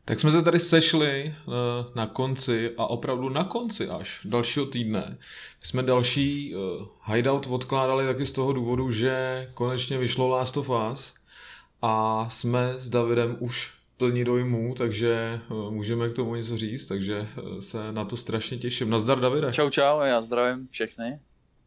Tak jsme se tady sešli na konci a opravdu na konci až dalšího týdne. My jsme další hideout odkládali taky z toho důvodu, že konečně vyšlo Last of Us a jsme s Davidem už plní dojmů, takže můžeme k tomu něco říct, takže se na to strašně těším. Nazdar, Davide. Čau, čau, já zdravím všechny.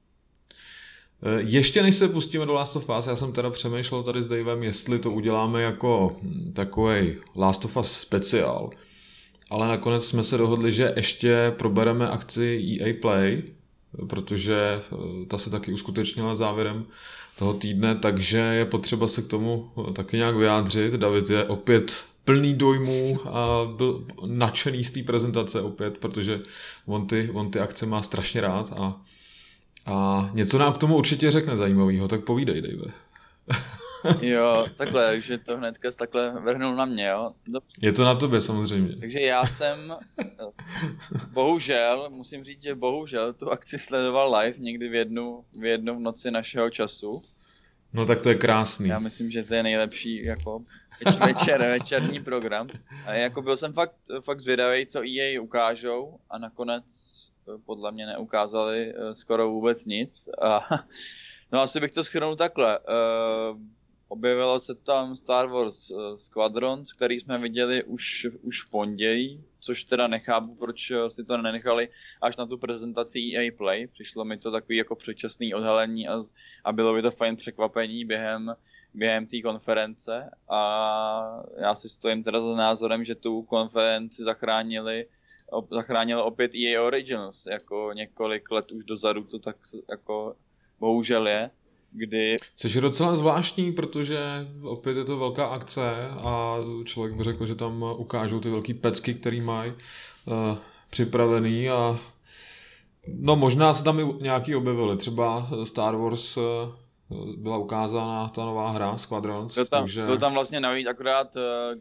Ještě než se pustíme do Last of Us, já jsem teda přemýšlel tady s Davem, jestli to uděláme jako takovej Last of Us speciál. Ale nakonec jsme se dohodli, že ještě probereme akci EA Play, protože ta se taky uskutečnila závěrem toho týdne, takže je potřeba se k tomu taky nějak vyjádřit. David je opět plný dojmů a byl nadšený z té prezentace opět, protože on ty akce má strašně rád a něco nám k tomu určitě řekne zajímavého, tak povídej, Dave. Jo, takhle, takže to hnedka takhle vrhnul na mě, jo. Dobře. Je to na tobě samozřejmě. Takže já jsem, bohužel, musím říct, že bohužel tu akci sledoval live někdy v jednu v noci našeho času. No tak to je krásný. Já myslím, že to je nejlepší jako večerní program. A jako byl jsem fakt zvědavý, co EA ukážou a nakonec podle mě neukázali skoro vůbec nic. No asi bych to shrnul takhle. Objevilo se tam Star Wars Squadrons, který jsme viděli už v pondělí, což teda nechápu, proč si to nenechali až na tu prezentaci EA Play. Přišlo mi to takový jako předčasný odhalení a bylo by to fajn překvapení během té konference. A já si stojím teda za názorem, že tu konferenci zachránilo opět EA Originals, jako několik let už dozadu to tak jako bohužel je. Což je docela zvláštní, protože opět je to velká akce a člověk by řekl, že tam ukážou ty velký pecky, který mají připravený a no možná se tam i nějaký objevily, třeba Star Wars byla ukázána ta nová hra Squadrons. Byl tam vlastně navíc akorát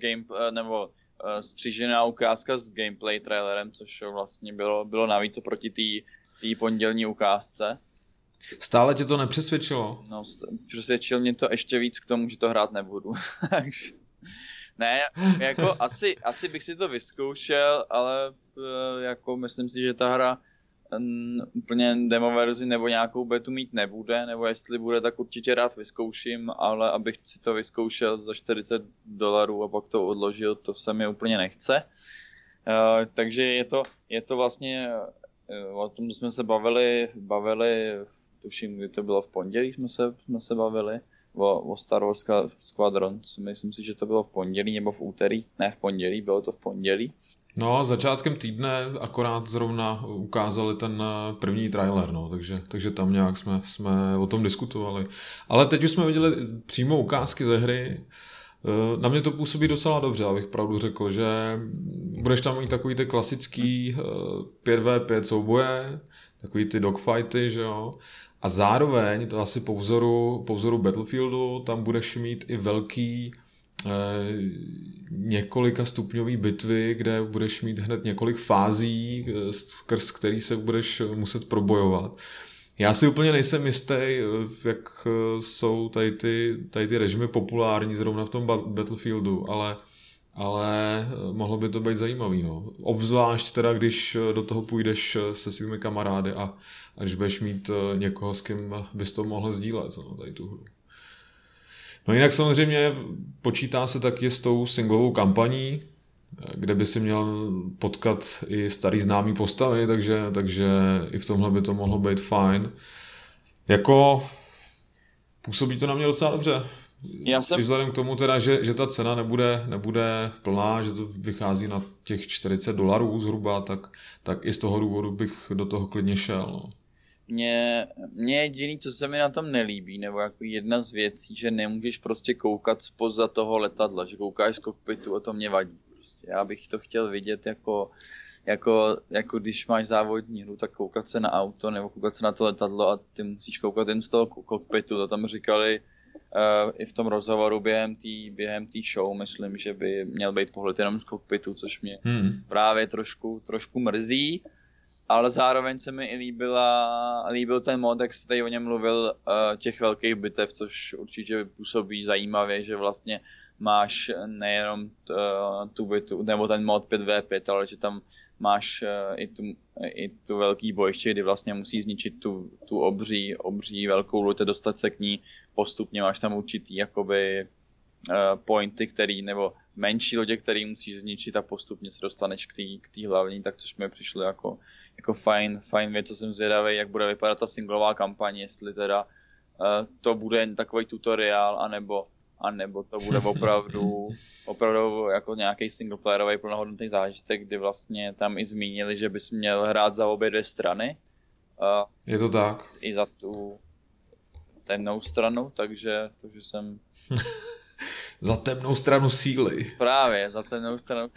střížená ukázka s gameplay trailerem, což vlastně bylo navíc oproti té pondělní ukázce. Stále tě to nepřesvědčilo? No, přesvědčil mě to ještě víc k tomu, že to hrát nebudu. Ne, jako asi bych si to vyzkoušel, ale jako myslím si, že ta hra úplně demo verzi nebo nějakou betu mít nebude, nebo jestli bude, tak určitě rád vyzkouším, ale abych si to vyzkoušel za $40 a pak to odložil, to se mi úplně nechce. Takže je to vlastně, o tom jsme se bavili tuším, kdy to bylo v pondělí, jsme se bavili o Star Wars Squadrons. Myslím si, že to bylo v pondělí nebo v úterý. Ne v pondělí, bylo to v pondělí. No, začátkem týdne akorát zrovna ukázali ten první trailer, no, takže tam nějak jsme o tom diskutovali. Ale teď už jsme viděli přímo ukázky ze hry. Na mě to působí docela dobře, abych pravdu řekl, že budeš tam mít takový ty klasický 5v5 souboje, takový ty dogfighty, že jo. A zároveň, to asi po vzoru Battlefieldu, tam budeš mít i velký několika stupňový bitvy, kde budeš mít hned několik fází, skrz který se budeš muset probojovat. Já si úplně nejsem jistý, jak jsou tady ty režimy populární zrovna v tom Battlefieldu, ale mohlo by to být zajímavý. No. Obzvlášť teda, když do toho půjdeš se svými kamarády a když budeš mít někoho, s kým bys to mohl sdílet, no, tady tu hru. No jinak samozřejmě počítá se taky s tou singlovou kampaní, kde by si měl potkat i starý známý postavy, takže i v tomhle by to mohlo být fajn. Jako působí to na mě docela dobře. Vzhledem k tomu teda, že ta cena nebude plná, že to vychází na těch $40 zhruba, tak i z toho důvodu bych do toho klidně šel. No. Mně jediný, co se mi na tom nelíbí, nebo jako jedna z věcí, že nemůžeš prostě koukat spoza toho letadla, že koukáš z kokpitu a to mě vadí. Prostě. Já bych to chtěl vidět jako když máš závodní hru, tak koukat se na auto nebo koukat se na to letadlo a ty musíš koukat jen z toho kokpitu. To tam říkali i v tom rozhovoru během té show, myslím, že by měl být pohled jenom z kokpitu, což mě právě trošku mrzí. ale zároveň se mi i líbil ten mod, jak jsi tady o něm mluvil, těch velkých bitev, což určitě působí zajímavě, že vlastně máš nejenom tu bitu, nebo ten mod 5v5, ale že tam máš i tu velký bojiště, kdy vlastně musí zničit tu obří velkou loď a dostat se k ní postupně. Máš tam určitý jakoby pointy, nebo menší lodě, který musíš zničit a postupně se dostaneš k té hlavní, tak což mi přišlo jako fajn věc, co jsem zvědavý, jak bude vypadat ta singlová kampaň, jestli teda to bude jen takový tutoriál, anebo to bude opravdu jako nějaký singleplayerový plnohodnotný zážitek, kdy vlastně tam i zmínili, že bys měl hrát za obě dvě strany. Je to tak. I za tu temnou stranu, takže jsem... Za temnou stranu síly. Právě, za temnou stranu.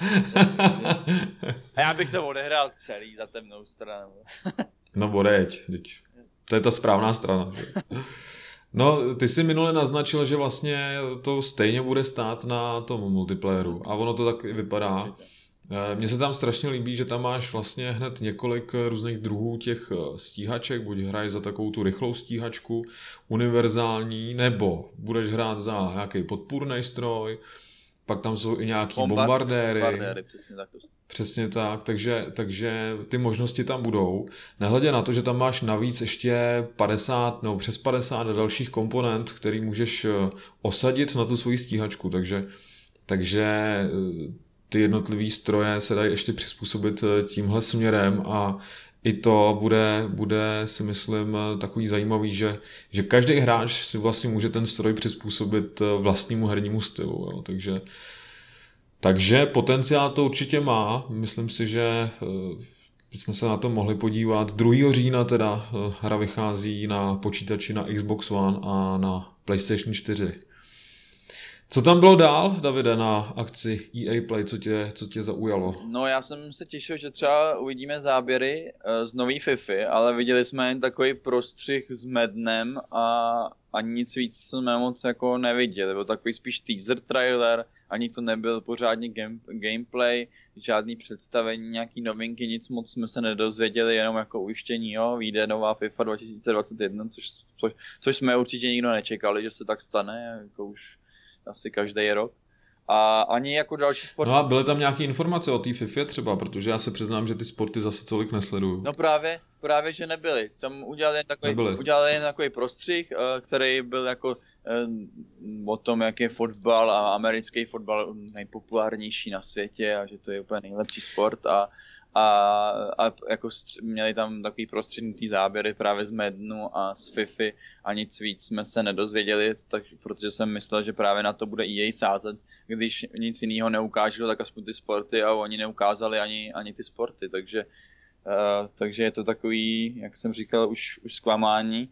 A já bych to odehrál celý za temnou stranu. No boreď, to je ta správná strana. Že? No, ty jsi minule naznačil, že vlastně to stejně bude stát na tom multiplayeru a ono to tak i vypadá. Mně se tam strašně líbí, že tam máš vlastně hned několik různých druhů těch stíhaček, buď hraješ za takovou tu rychlou stíhačku, univerzální, nebo budeš hrát za nějaký podpůrný stroj, pak tam jsou i nějaký bombardéry. Přesně tak, takže ty možnosti tam budou. Nehledě na to, že tam máš navíc ještě 50 nebo přes 50 dalších komponent, který můžeš osadit na tu svoji stíhačku, takže ty jednotlivý stroje se dají ještě přizpůsobit tímhle směrem a i to bude si myslím takový zajímavý, že každý hráč si vlastně může ten stroj přizpůsobit vlastnímu hernímu stylu. Jo. Takže potenciál to určitě má. Myslím si, že bychom se na to mohli podívat. 2. října teda hra vychází na počítači na Xbox One a na PlayStation 4. Co tam bylo dál, Davide, na akci EA Play, co tě zaujalo? No já jsem se těšil, že třeba uvidíme záběry z nový FIFA, ale viděli jsme jen takový prostřih s Maddenem a nic víc jsme moc jako neviděli. Byl takový spíš teaser trailer, ani to nebyl pořádně gameplay, žádný představení, nějaký novinky, nic moc jsme se nedozvěděli, jenom jako ujištění, jo, vyjde nová FIFA 2021, což jsme určitě nikdo nečekali, že se tak stane, jako už asi každý rok. A ani jako další sport. No a byly tam nějaké informace o té FIFA třeba, protože já se přiznám, že ty sporty zase tolik nesleduju. No právě že nebyly. Tam udělali jen takový prostřih, který byl jako o tom, jak je fotbal a americký fotbal nejpopulárnější na světě a že to je úplně nejlepší sport a jako měli tam takový prostřednutý záběry právě z Maddenu a z Fify a nic víc jsme se nedozvěděli, protože jsem myslel, že právě na to bude EA sázet, když nic jiného neukáželo, tak aspoň ty sporty a oni neukázali ani ty sporty, takže je to takový, jak jsem říkal, už zklamání.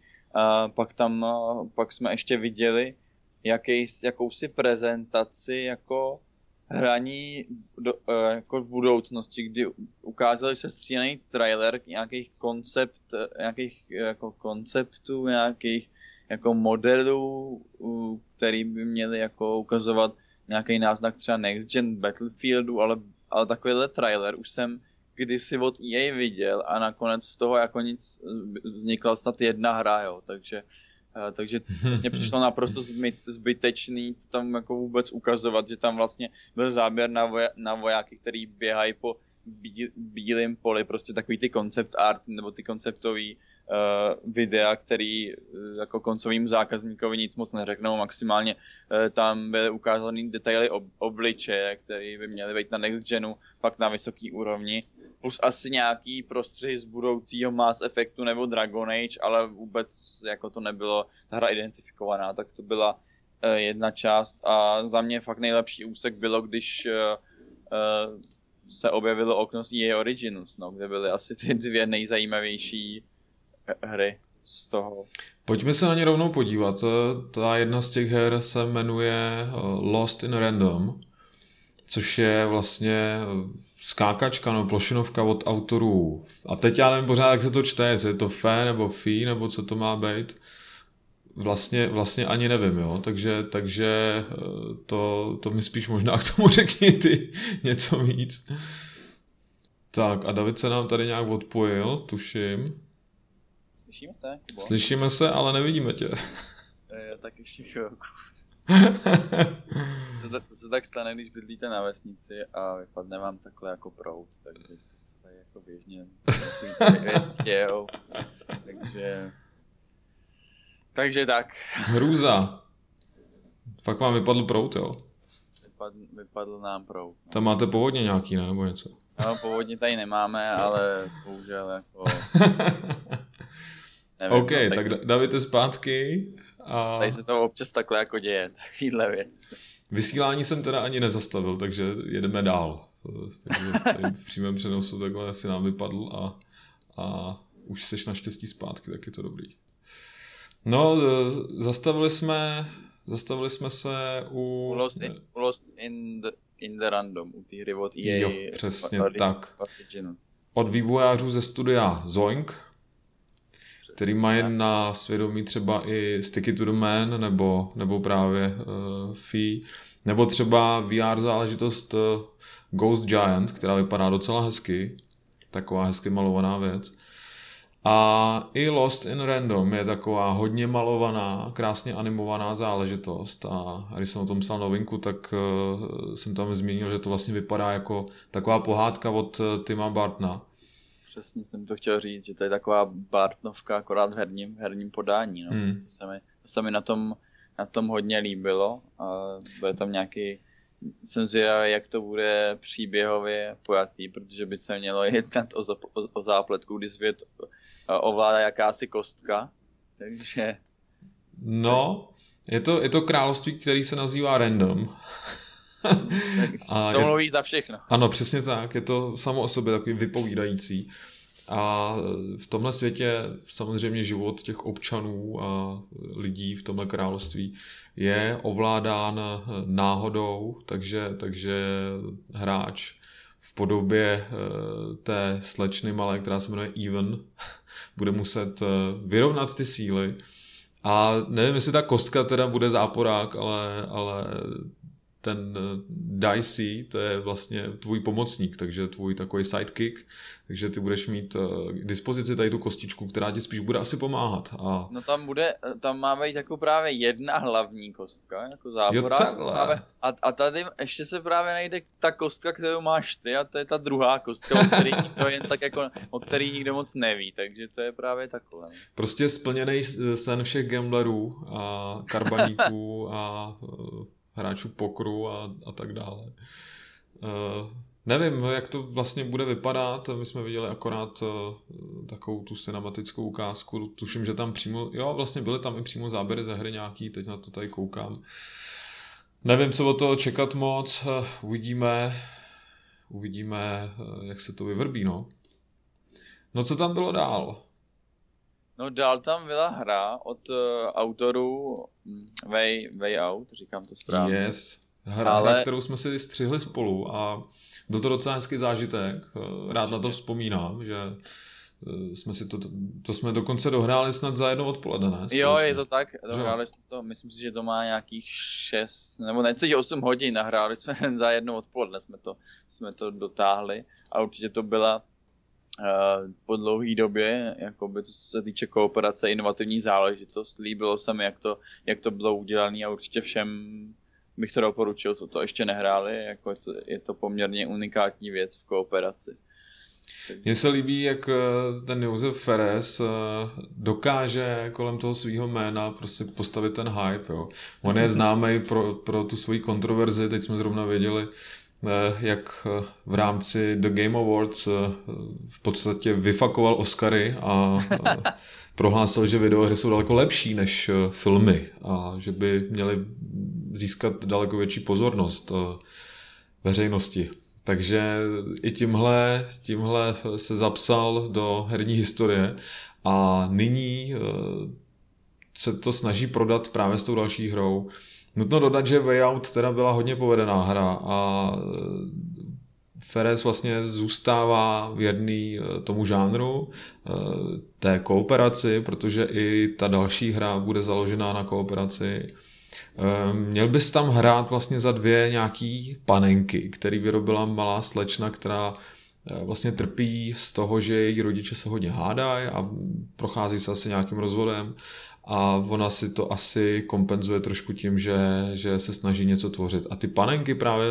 Pak jsme ještě viděli jakousi prezentaci jako hraní jako v budoucnosti, kdy ukázali se střílený trailer nějakých konceptů, nějakých jako modelů, který by měli jako ukazovat nějaký náznak třeba Next Gen Battlefieldu, ale takovýhle trailer už jsem kdysi od EA viděl a nakonec z toho jako nic vznikla snad jedna hra, jo, takže mně přišlo naprosto zbytečný tam jako vůbec ukazovat, že tam vlastně byl záběr na vojáky, který běhají po bílém poli, prostě takový ty concept art nebo ty konceptový videa, který jako koncovým zákazníkovi nic moc neřeknou, maximálně tam byly ukázány detaily obličeje, které by měly být na next genu, pak na vysoký úrovni, plus asi nějaký prostřih z budoucího Mass Effectu nebo Dragon Age, ale vůbec jako to nebylo ta hra identifikovaná, tak to byla jedna část a za mě fakt nejlepší úsek bylo, když se objevilo okno z EA Originals, no, kde byly asi ty dvě nejzajímavější hry z toho. Pojďme se na ně rovnou podívat. Ta jedna z těch her se jmenuje Lost in Random, což je vlastně skákačka, no, plošinovka od autorů. A teď já nevím pořád, jak se to čte, jestli je to Fe nebo Fi, nebo co to má být. Vlastně ani nevím, jo, takže to mi spíš možná k tomu řekni ty něco víc. Tak a David se nám tady nějak odpojil, tuším. Slyšíme se, Kubo? Slyšíme se, ale nevidíme tě. Tak ještě chvilku. To se tak stane, když bydlíte na vesnici a vypadne vám takhle jako proud, takže to se tady jako běžně věci dějou. Takže tak. Hrůza. Fakt vám vypadl proud, jo? Vypadl nám proud. No. Tam máte povodně nějaký, ne? Nebo něco? No, povodně tady nemáme, ale bohužel jako... Nevím, OK, no, tak David je zpátky. A... Tady se to občas takhle jako děje, takovýhle věc. Vysílání jsem teda ani nezastavil, takže jedeme dál. Takže tady v přímém přenosu takhle asi nám vypadl a už seš naštěstí zpátky, tak je to dobrý. No, zastavili jsme se u... Lost in the Random, u té hry od EA. Jo, přesně tak. Od vývojářů ze studia Zoink, který mají na svědomí třeba i Stick It to the Man, nebo právě Fee, nebo třeba VR záležitost Ghost Giant, která vypadá docela hezky, taková hezky malovaná věc. A i Lost in Random je taková hodně malovaná, krásně animovaná záležitost a když jsem o tom psal novinku, tak jsem tam zmínil, že to vlastně vypadá jako taková pohádka od Tima Burtona. Přesně jsem to chtěl říct, že to je taková Bartnovka akorát v herním podání. No. To se mi na tom hodně líbilo a bude tam nějaký... Jsem zvědavý, jak to bude příběhově pojatý, protože by se mělo jednat o zápletku, kdy svět ovládá jakási kostka, takže... No, je to království, který se nazývá Random. To mluví za všechno. Ano, přesně tak, je to samo o sobě takový vypovídající. A v tomhle světě samozřejmě život těch občanů a lidí v tomhle království je ovládán náhodou, takže hráč v podobě té slečny malé, která se jmenuje Even, bude muset vyrovnat ty síly. A nevím, jestli ta kostka teda bude záporák, ale ten Dicey, to je vlastně tvůj pomocník, takže tvůj takový sidekick, takže ty budeš mít k dispozici tady tu kostičku, která ti spíš bude asi pomáhat. No tam má být jako právě jedna hlavní kostka, jako záporák. A tady ještě se právě najde ta kostka, kterou máš ty, a to je ta druhá kostka, o který nikdo moc neví, takže to je právě takhle. Prostě splněný sen všech gamblerů a karbaníků a hráčů pokru a tak dále. Nevím, jak to vlastně bude vypadat, my jsme viděli akorát takovou tu cinematickou ukázku, tuším, že tam vlastně byly tam i přímo záběry ze hry nějaký, teď na to tady koukám. Nevím, co od toho čekat moc, uvidíme, jak se to vyvrbí, no. No co tam bylo dál? No dál tam byla hra od autorů Way Out, říkám to správně. Yes, hra, kterou jsme si střihli spolu a byl to docela hezký zážitek. Rád na to vzpomínám, že jsme si to jsme dokonce dohráli snad za jedno odpoledne, ne? Společně. Jo, je to tak, dohráli jsme to, myslím si, že to má nějakých 6, nebo necelých 8 hodin, nahráli jsme za jedno odpoledne, jsme to dotáhli a určitě to byla po dlouhé době, jakoby, co se týče kooperace, inovativní záležitost. Líbilo se mi, jak to bylo udělané a určitě všem bych to doporučil, co to ještě nehráli, jako je to poměrně unikátní věc v kooperaci. Mně se líbí, jak ten Josef Fares dokáže kolem toho svého jména prostě postavit ten hype. Jo. On je známý pro tu svoji kontroverzi, teď jsme zrovna věděli, jak v rámci The Game Awards v podstatě vyfakoval Oscary a prohlásil, že videohry jsou daleko lepší než filmy a že by měly získat daleko větší pozornost veřejnosti. Takže i tímhle se zapsal do herní historie a nyní se to snaží prodat právě s tou další hrou. Nutno dodat, že Way Out teda byla hodně povedená hra a Fares vlastně zůstává věrný tomu žánru, té kooperaci, protože i ta další hra bude založená na kooperaci. Měl bys tam hrát vlastně za 2 nějaký panenky, který vyrobila malá slečna, která vlastně trpí z toho, že její rodiče se hodně hádají a prochází se asi nějakým rozvodem a ona si to asi kompenzuje trošku tím, že se snaží něco tvořit. A ty panenky právě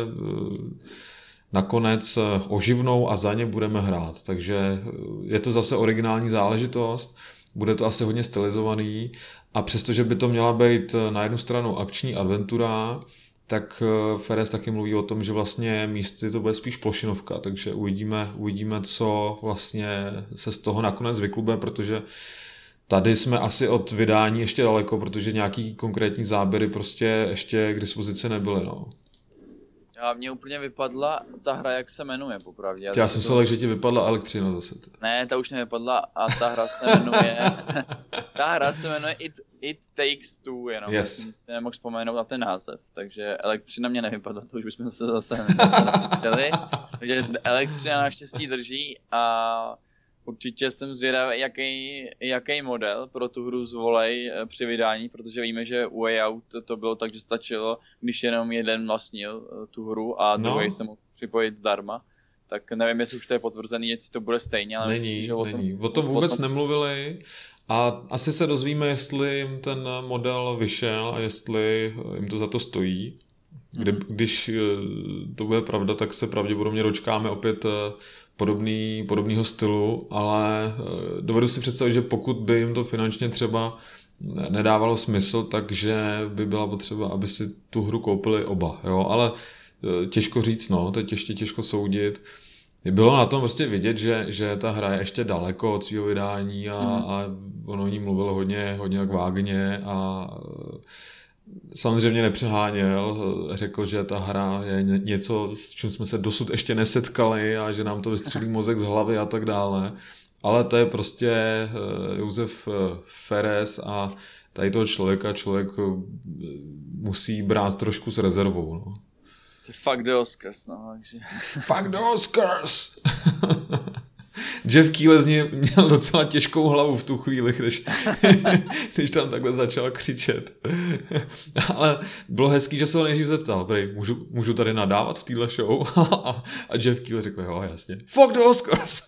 nakonec oživnou a za ně budeme hrát. Takže je to zase originální záležitost, bude to asi hodně stylizovaný a přestože by to měla být na jednu stranu akční adventura, tak Ferez taky mluví o tom, že vlastně místy to bude spíš plošinovka, takže uvidíme, co vlastně se z toho nakonec vyklube, protože tady jsme asi od vydání ještě daleko, protože nějaký konkrétní záběry prostě ještě k dispozici nebyly. No. A mně úplně vypadla ta hra, jak se jmenuje, popravdě. Já jsem se lekl, že ti vypadla elektřina zase. Ne, ta už nevypadla a ta hra se jmenuje... ta hra se jmenuje It Takes Two, jenom yes. Jsem si nemohl vzpomenout na ten název, takže elektřina mě nevypadla, to už bychom se zase chtěli. Takže elektřina naštěstí drží a určitě jsem zvědavý, jaký model pro tu hru zvolej při vydání, protože víme, že u Way Out to bylo tak, že stačilo, když jenom jeden vlastnil tu hru a druhý se mohl připojit zdarma. Tak nevím, jestli už to je potvrzený, jestli to bude stejně, ale není, že o tom vůbec nemluvili a asi se dozvíme, jestli jim ten model vyšel a jestli jim to za to stojí. Když to bude pravda, tak se pravděpodobně dočkáme opět podobného stylu, ale dovedu si představit, že pokud by jim to finančně třeba nedávalo smysl, takže by byla potřeba, aby si tu hru koupili oba. Jo? Ale těžko říct, no, teď ještě těžko soudit. Bylo na tom prostě vidět, že ta hra je ještě daleko od svého vydání a ono o ní mluvilo hodně jak vágně a samozřejmě nepřeháněl, řekl, že ta hra je něco, s čím jsme se dosud ještě nesetkali a že nám to vystřelí mozek z hlavy a tak dále. Ale to je prostě Josef Ferez a tady toho člověk musí brát trošku s rezervou. No. Fuck the Oscars, no. Takže... Fuck the Oscars! Jeff Keighley z něj měl docela těžkou hlavu v tu chvíli, když tam takhle začal křičet. Ale bylo hezký, že se ho nejdřív zeptal, můžu tady nadávat v téhle show? A Jeff Keighley řekl, jo, jasně. Fuck the Oscars!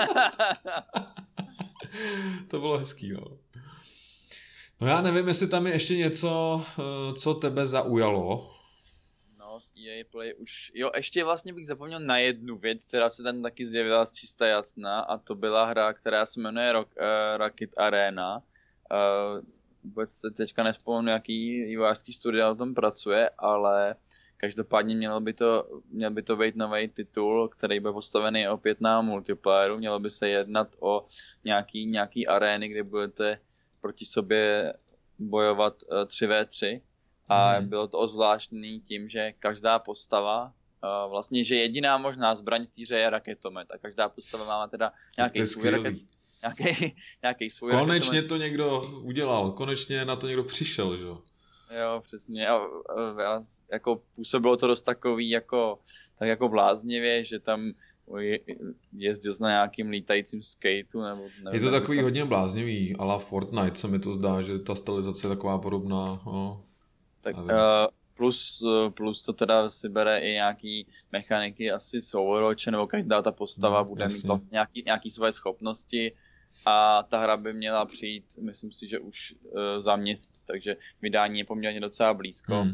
To bylo hezký, no. No já nevím, jestli tam je ještě něco, co tebe zaujalo. Z EA Play už... Jo, ještě vlastně bych zapomněl na jednu věc, která se tam taky zjevila z čista jasna a to byla hra, která se jmenuje Rocket Arena. Vůbec se teďka nespomenu, jaký vývojářský studio na tom pracuje, ale každopádně měl by to být nový titul, který bude postavený opět na multiplayeru. Mělo by se jednat o nějaký arény, kde budete proti sobě bojovat 3v3. A bylo to ozvláštní tím, že každá postava, vlastně, že jediná možná zbraň v té hře je raketomet a každá postava má teda nějaký svůj raketomet. Konečně to někdo udělal, konečně na to někdo přišel, že jo? Jo, přesně. A jako působilo to dost takový jako bláznivě, že tam jezdil na nějakým lítajícím skateu, nebo nevím. Je to takový hodně bláznivý, a la Fortnite se mi to zdá, že ta stylizace je taková podobná, no. Tak plus to teda si bere i nějaký mechaniky asi z Overwatche, nebo každá ta postava bude mít vlastně nějaký svoje schopnosti a ta hra by měla přijít, myslím si, že už za měsíc, takže vydání je poměrně docela blízko.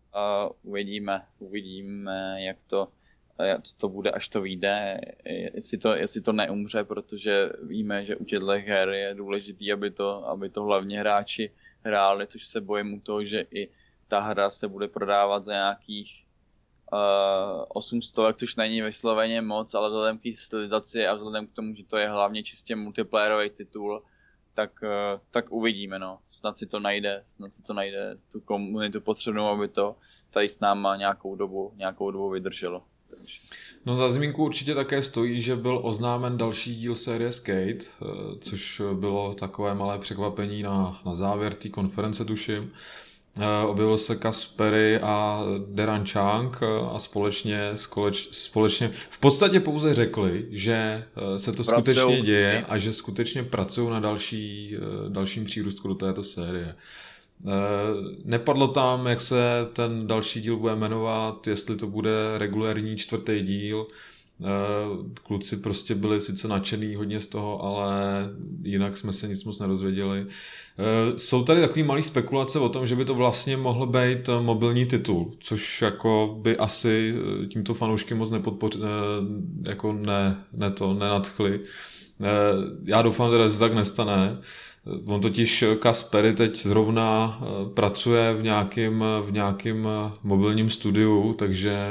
Uvidíme, jak to bude, až to vyjde, jestli to neumře, protože víme, že u těchto her je důležitý, aby to hlavně hráči hráli, což se bojím u toho, že i ta hra se bude prodávat za nějakých 800, což není vysloveně moc, ale vzhledem k té stylizaci a vzhledem k tomu, že to je hlavně čistě multiplayerový titul, tak uvidíme, no. Snad si to najde tu komunitu potřebnou, aby to tady s náma nějakou dobu vydrželo. Takže. No za zmínku určitě také stojí, že byl oznámen další díl série Skate, což bylo takové malé překvapení na závěr té konference, tuším. Objevil se Kaspery a Deran Chang a společně v podstatě pouze řekli, že se to skutečně děje a že skutečně pracují na dalším přírůstku do této série. Nepadlo tam, jak se ten další díl bude jmenovat, jestli to bude regulérní 4. díl, Kluci prostě byli sice nadšený hodně z toho, ale jinak jsme se nic moc nedozvěděli. Jsou tady takový malý spekulace o tom, že by to vlastně mohl být mobilní titul, což jako by asi tímto fanoušky moc jako nenadchli. Já doufám, že se tak nestane. On totiž Kaspery teď zrovna pracuje v nějakém mobilním studiu, takže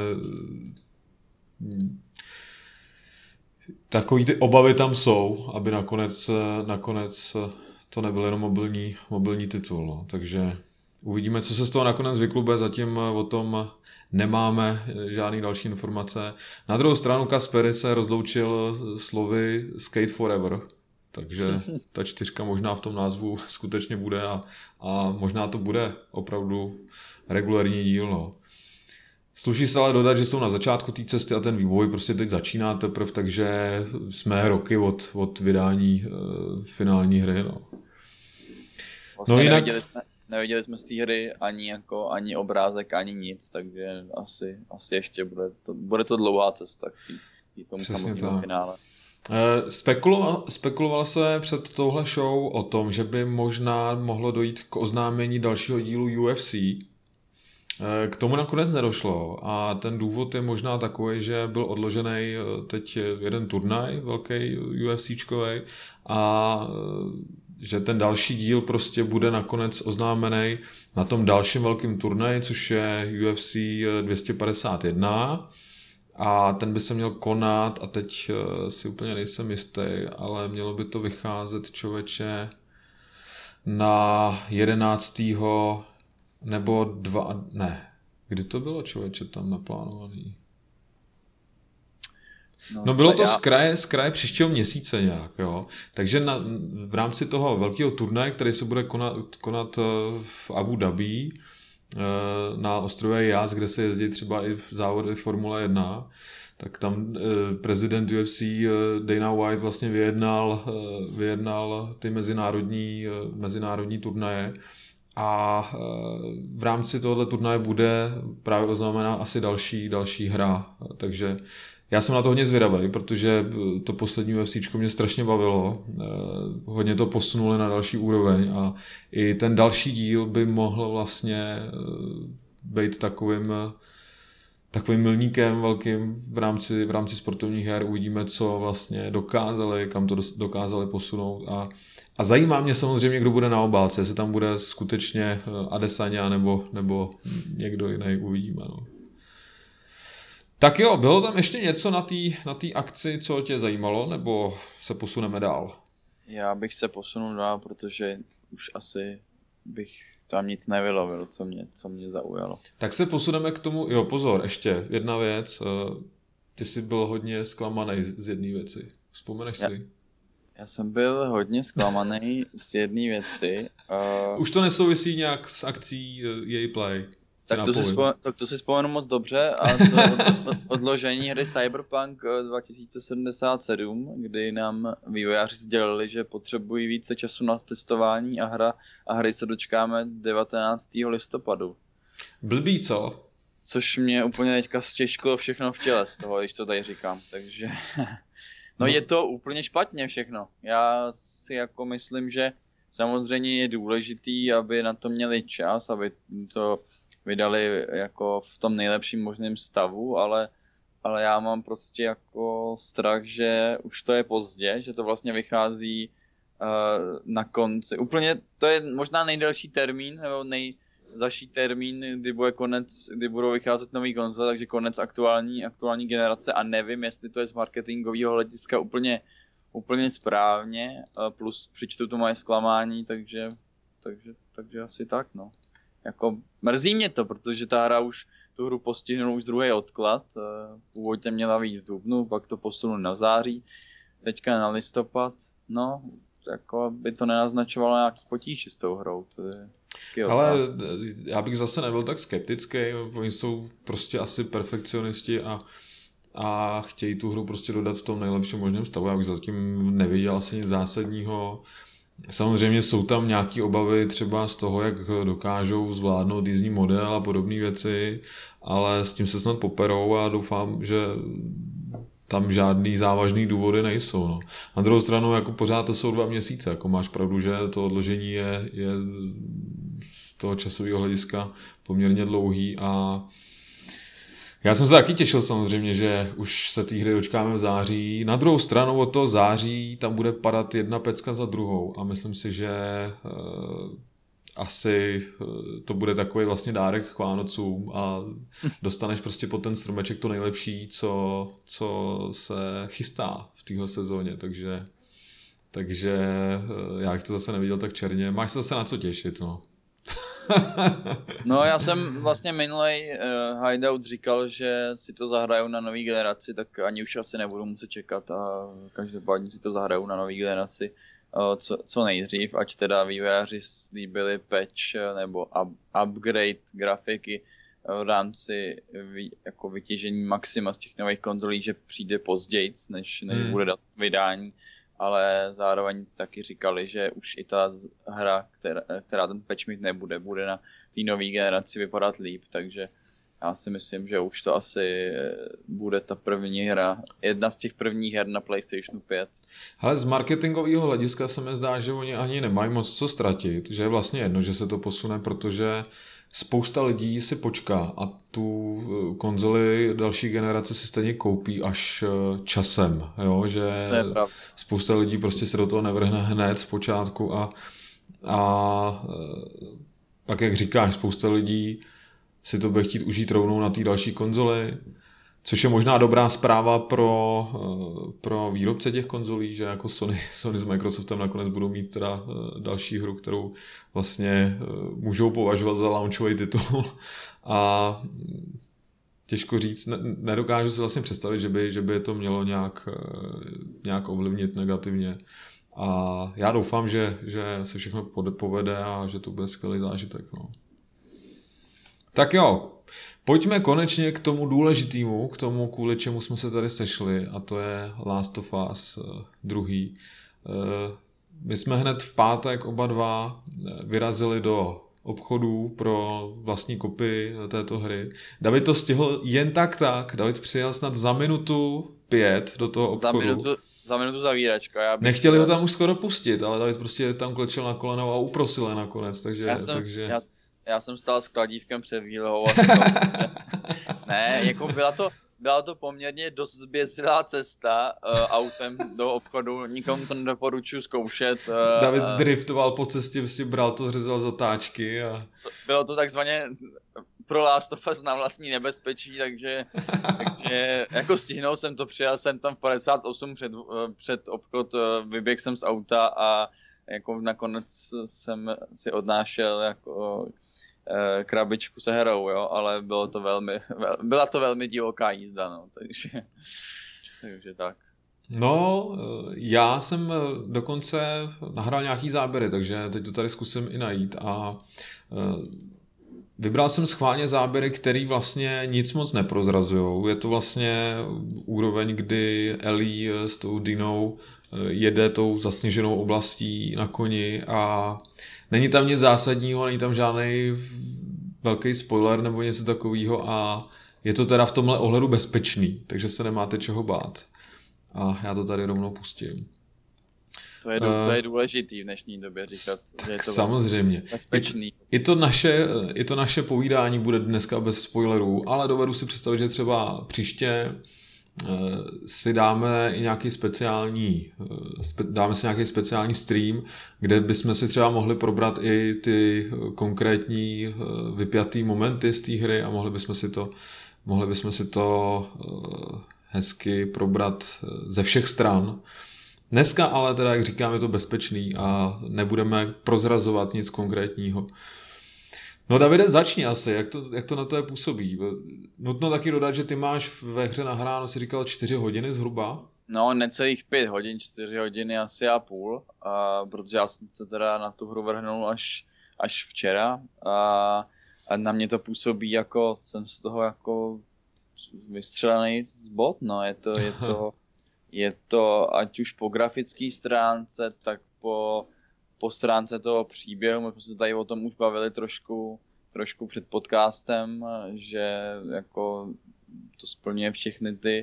takový ty obavy tam jsou, aby nakonec to nebyl jenom mobilní titul. No. Takže uvidíme, co se z toho nakonec vyklube, zatím o tom nemáme žádný další informace. Na druhou stranu Kaspery se rozloučil slovy Skate Forever, takže ta 4 možná v tom názvu skutečně bude a možná to bude opravdu regulární díl. No. Sluší se ale dodat, že jsou na začátku té cesty a ten vývoj prostě teď začíná teprve, takže jsme roky od vydání finální hry. No. Vlastně no jinak... neviděli jsme z té hry ani obrázek, ani nic, takže asi ještě bude to dlouhá cesta k tomu samotnému finále. Spekuloval se před touhle show o tom, že by možná mohlo dojít k oznámení dalšího dílu UFC. K tomu nakonec nedošlo a ten důvod je možná takový, že byl odložený teď jeden turnaj velký UFCčkovej a že ten další díl prostě bude nakonec oznámený na tom dalším velkým turnaji, což je UFC 251 a ten by se měl konat a teď si úplně nejsem jistý, ale mělo by to vycházet člověče na 11. nebo 2, ne. Kdy to bylo člověče tam naplánovaný? No bylo to z kraje příštího měsíce nějak, jo. Takže v rámci toho velkého turnaje, který se bude konat v Abu Dhabi, na ostrově Jas, kde se jezdí třeba i v závody Formule 1, tak tam prezident UFC Dana White vlastně vyjednal ty mezinárodní turnaje a v rámci tohoto turnaje bude právě oznámená asi další hra, takže já jsem na to hodně zvědavý, protože to poslední UFCčko mě strašně bavilo, hodně to posunuli na další úroveň a i ten další díl by mohl vlastně být takovým milníkem velkým v rámci sportovních her. Uvidíme, co vlastně dokázali, kam to dokázali posunout a zajímá mě samozřejmě, kdo bude na obálce, jestli tam bude skutečně Adesanya nebo někdo jiný, uvidíme. No. Tak jo, bylo tam ještě něco na té akci, co tě zajímalo, nebo se posuneme dál? Já bych se posunul dál, protože už asi bych tam nic nevylovil, co mě zaujalo. Tak se posuneme k tomu, jo pozor, ještě jedna věc, ty jsi byl hodně zklamaný z jedné věci, vzpomeneš si? Já jsem byl hodně zklamaný z jedné věci. Už to nesouvisí nějak s akcí EA Play. Tak to si vzpomenu moc dobře a to odložení hry Cyberpunk 2077, kdy nám vývojáři sdělili, že potřebují více času na testování a hry se dočkáme 19. listopadu. Blbý, co? Což mě úplně teďka stěžklo všechno v těle z toho, když to tady říkám, takže... No je to úplně špatně všechno. Já si jako myslím, že samozřejmě je důležitý, aby na to měli čas, aby to vydali jako v tom nejlepším možném stavu, ale já mám prostě jako strach, že už to je pozdě, že to vlastně vychází na konci. Úplně to je možná nejdelší termín, nebo nejzaší termín, kdy budou vycházet nový konzole, takže konec aktuální generace a nevím, jestli to je z marketingového hlediska úplně správně, plus přičtu to moje zklamání, takže asi tak, no. Jako mrzí mě to, protože ta hra už tu hru postihnul už druhý odklad. Původně měla být v dubnu, pak to posunul na září, teďka na listopad. No, jako by to nenaznačovalo nějaký potíže s tou hrou. To je ale já bych zase nebyl tak skeptický, oni jsou prostě asi perfekcionisti a chtějí tu hru prostě dodat v tom nejlepším možném stavu. Já bych zatím neviděl asi nic zásadního. Samozřejmě jsou tam nějaké obavy třeba z toho, jak dokážou zvládnout jízdní model a podobné věci, ale s tím se snad poperou a doufám, že tam žádný závažný důvody nejsou. No. Na druhou stranu jako pořád to jsou 2 měsíce, jako máš pravdu, že to odložení je z toho časového hlediska poměrně dlouhý a já jsem se taky těšil samozřejmě, že už se té hry dočkáme v září. Na druhou stranu od toho září tam bude padat jedna pecka za druhou a myslím si, že asi to bude takový vlastně dárek k Vánocům a dostaneš prostě pod ten stromeček to nejlepší, co se chystá v téhle sezóně, takže já bych to zase neviděl tak černě. Máš se zase na co těšit, no. No já jsem vlastně minulej Hideout říkal, že si to zahrajou na nový generaci, tak ani už asi nebudu muset čekat a každopádně si to zahrajou na nový generaci co nejdřív, ať teda vývojáři slíbili patch nebo upgrade grafiky v rámci jako vytěžení maxima z těch nových konzolí, že přijde později, než bude dat vydání, ale zároveň taky říkali, že už i ta hra, která ten patch mít nebude, bude na té nové generaci vypadat líp, takže já si myslím, že už to asi bude ta první hra, jedna z těch prvních her na PlayStation 5. Ale z marketingového hlediska se mi zdá, že oni ani nemají moc co ztratit, že je vlastně jedno, že se to posune, protože spousta lidí si počká a tu konzoli další generace si stejně koupí až časem, jo? Že spousta lidí prostě se do toho nevrhne hned z počátku a pak jak říkáš, spousta lidí si to bude chtít užít rovnou na té další konzoli, což je možná dobrá zpráva pro výrobce těch konzolí, že jako Sony s Microsoftem nakonec budou mít teda další hru, kterou vlastně můžou považovat za launchový titul a těžko říct, nedokážu si vlastně představit, že by to mělo nějak ovlivnit negativně. A já doufám, že se všechno povede a že to bude skvělý zážitek. No. Tak jo, pojďme konečně k tomu důležitému, k tomu, kvůli čemu jsme se tady sešli, a to je Last of Us 2. My jsme hned v pátek oba dva vyrazili do obchodů pro vlastní kopii této hry. David to stihl jen tak. David přijel snad za minutu 5 do toho obchodu. Za minutu zavíračka. Nechtěli ho tam už skoro pustit, ale David prostě tam klečel na kolenou a uprosil je nakonec, takže... Já jsem stál s kladívkem před výlohou a ne, jako byla to poměrně dost zběsilá cesta autem do obchodu, nikomu to nedoporučuji zkoušet. David driftoval po cestě, prostě bral to, řezal zatáčky a... Bylo to takzvaně pro Last of Us na vlastní nebezpečí, takže jako stihnul jsem to, přijel jsem tam v 58 před obchod, vyběhl jsem z auta a jako nakonec jsem si odnášel jako krabičku se hrou, jo, ale byla to velmi divoká jízda, no, takže tak. No, já jsem dokonce nahrál nějaký záběry, takže teď to tady zkusím i najít a vybral jsem schválně záběry, který vlastně nic moc neprozrazujou. Je to vlastně úroveň, kdy Ellie s tou Dinou jede tou zasněženou oblastí na koni a není tam nic zásadního, není tam žádný velký spoiler nebo něco takového a je to teda v tomhle ohledu bezpečný, takže se nemáte čeho bát. A já to tady rovnou pustím. To je důležitý v dnešní době říkat, že je to samozřejmě bezpečný. I to naše povídání bude dneska bez spoilerů, ale dovedu si představit, že třeba příště si dáme i nějaký speciální stream, kde bychom si třeba mohli probrat i ty konkrétní vypjatý momenty z té hry a mohli bychom si to hezky probrat ze všech stran. Dneska ale teda, jak říkám, je to bezpečný a nebudeme prozrazovat nic konkrétního. No Davide, začni asi, jak to na to působí. Nutno taky dodat, že ty máš ve hře nahráno, si říkal 4 hodiny zhruba. No, necelých 5 hodin, 4 hodiny asi a půl, protože já jsem se teda na tu hru vrhnul až včera a na mě to působí jako, jsem z toho jako vystřelený z bot, no, je to ať už po grafické stránce, tak po stránce toho příběhu, my jsme se tady o tom už bavili trošku před podcastem, že jako to splňuje všechny ty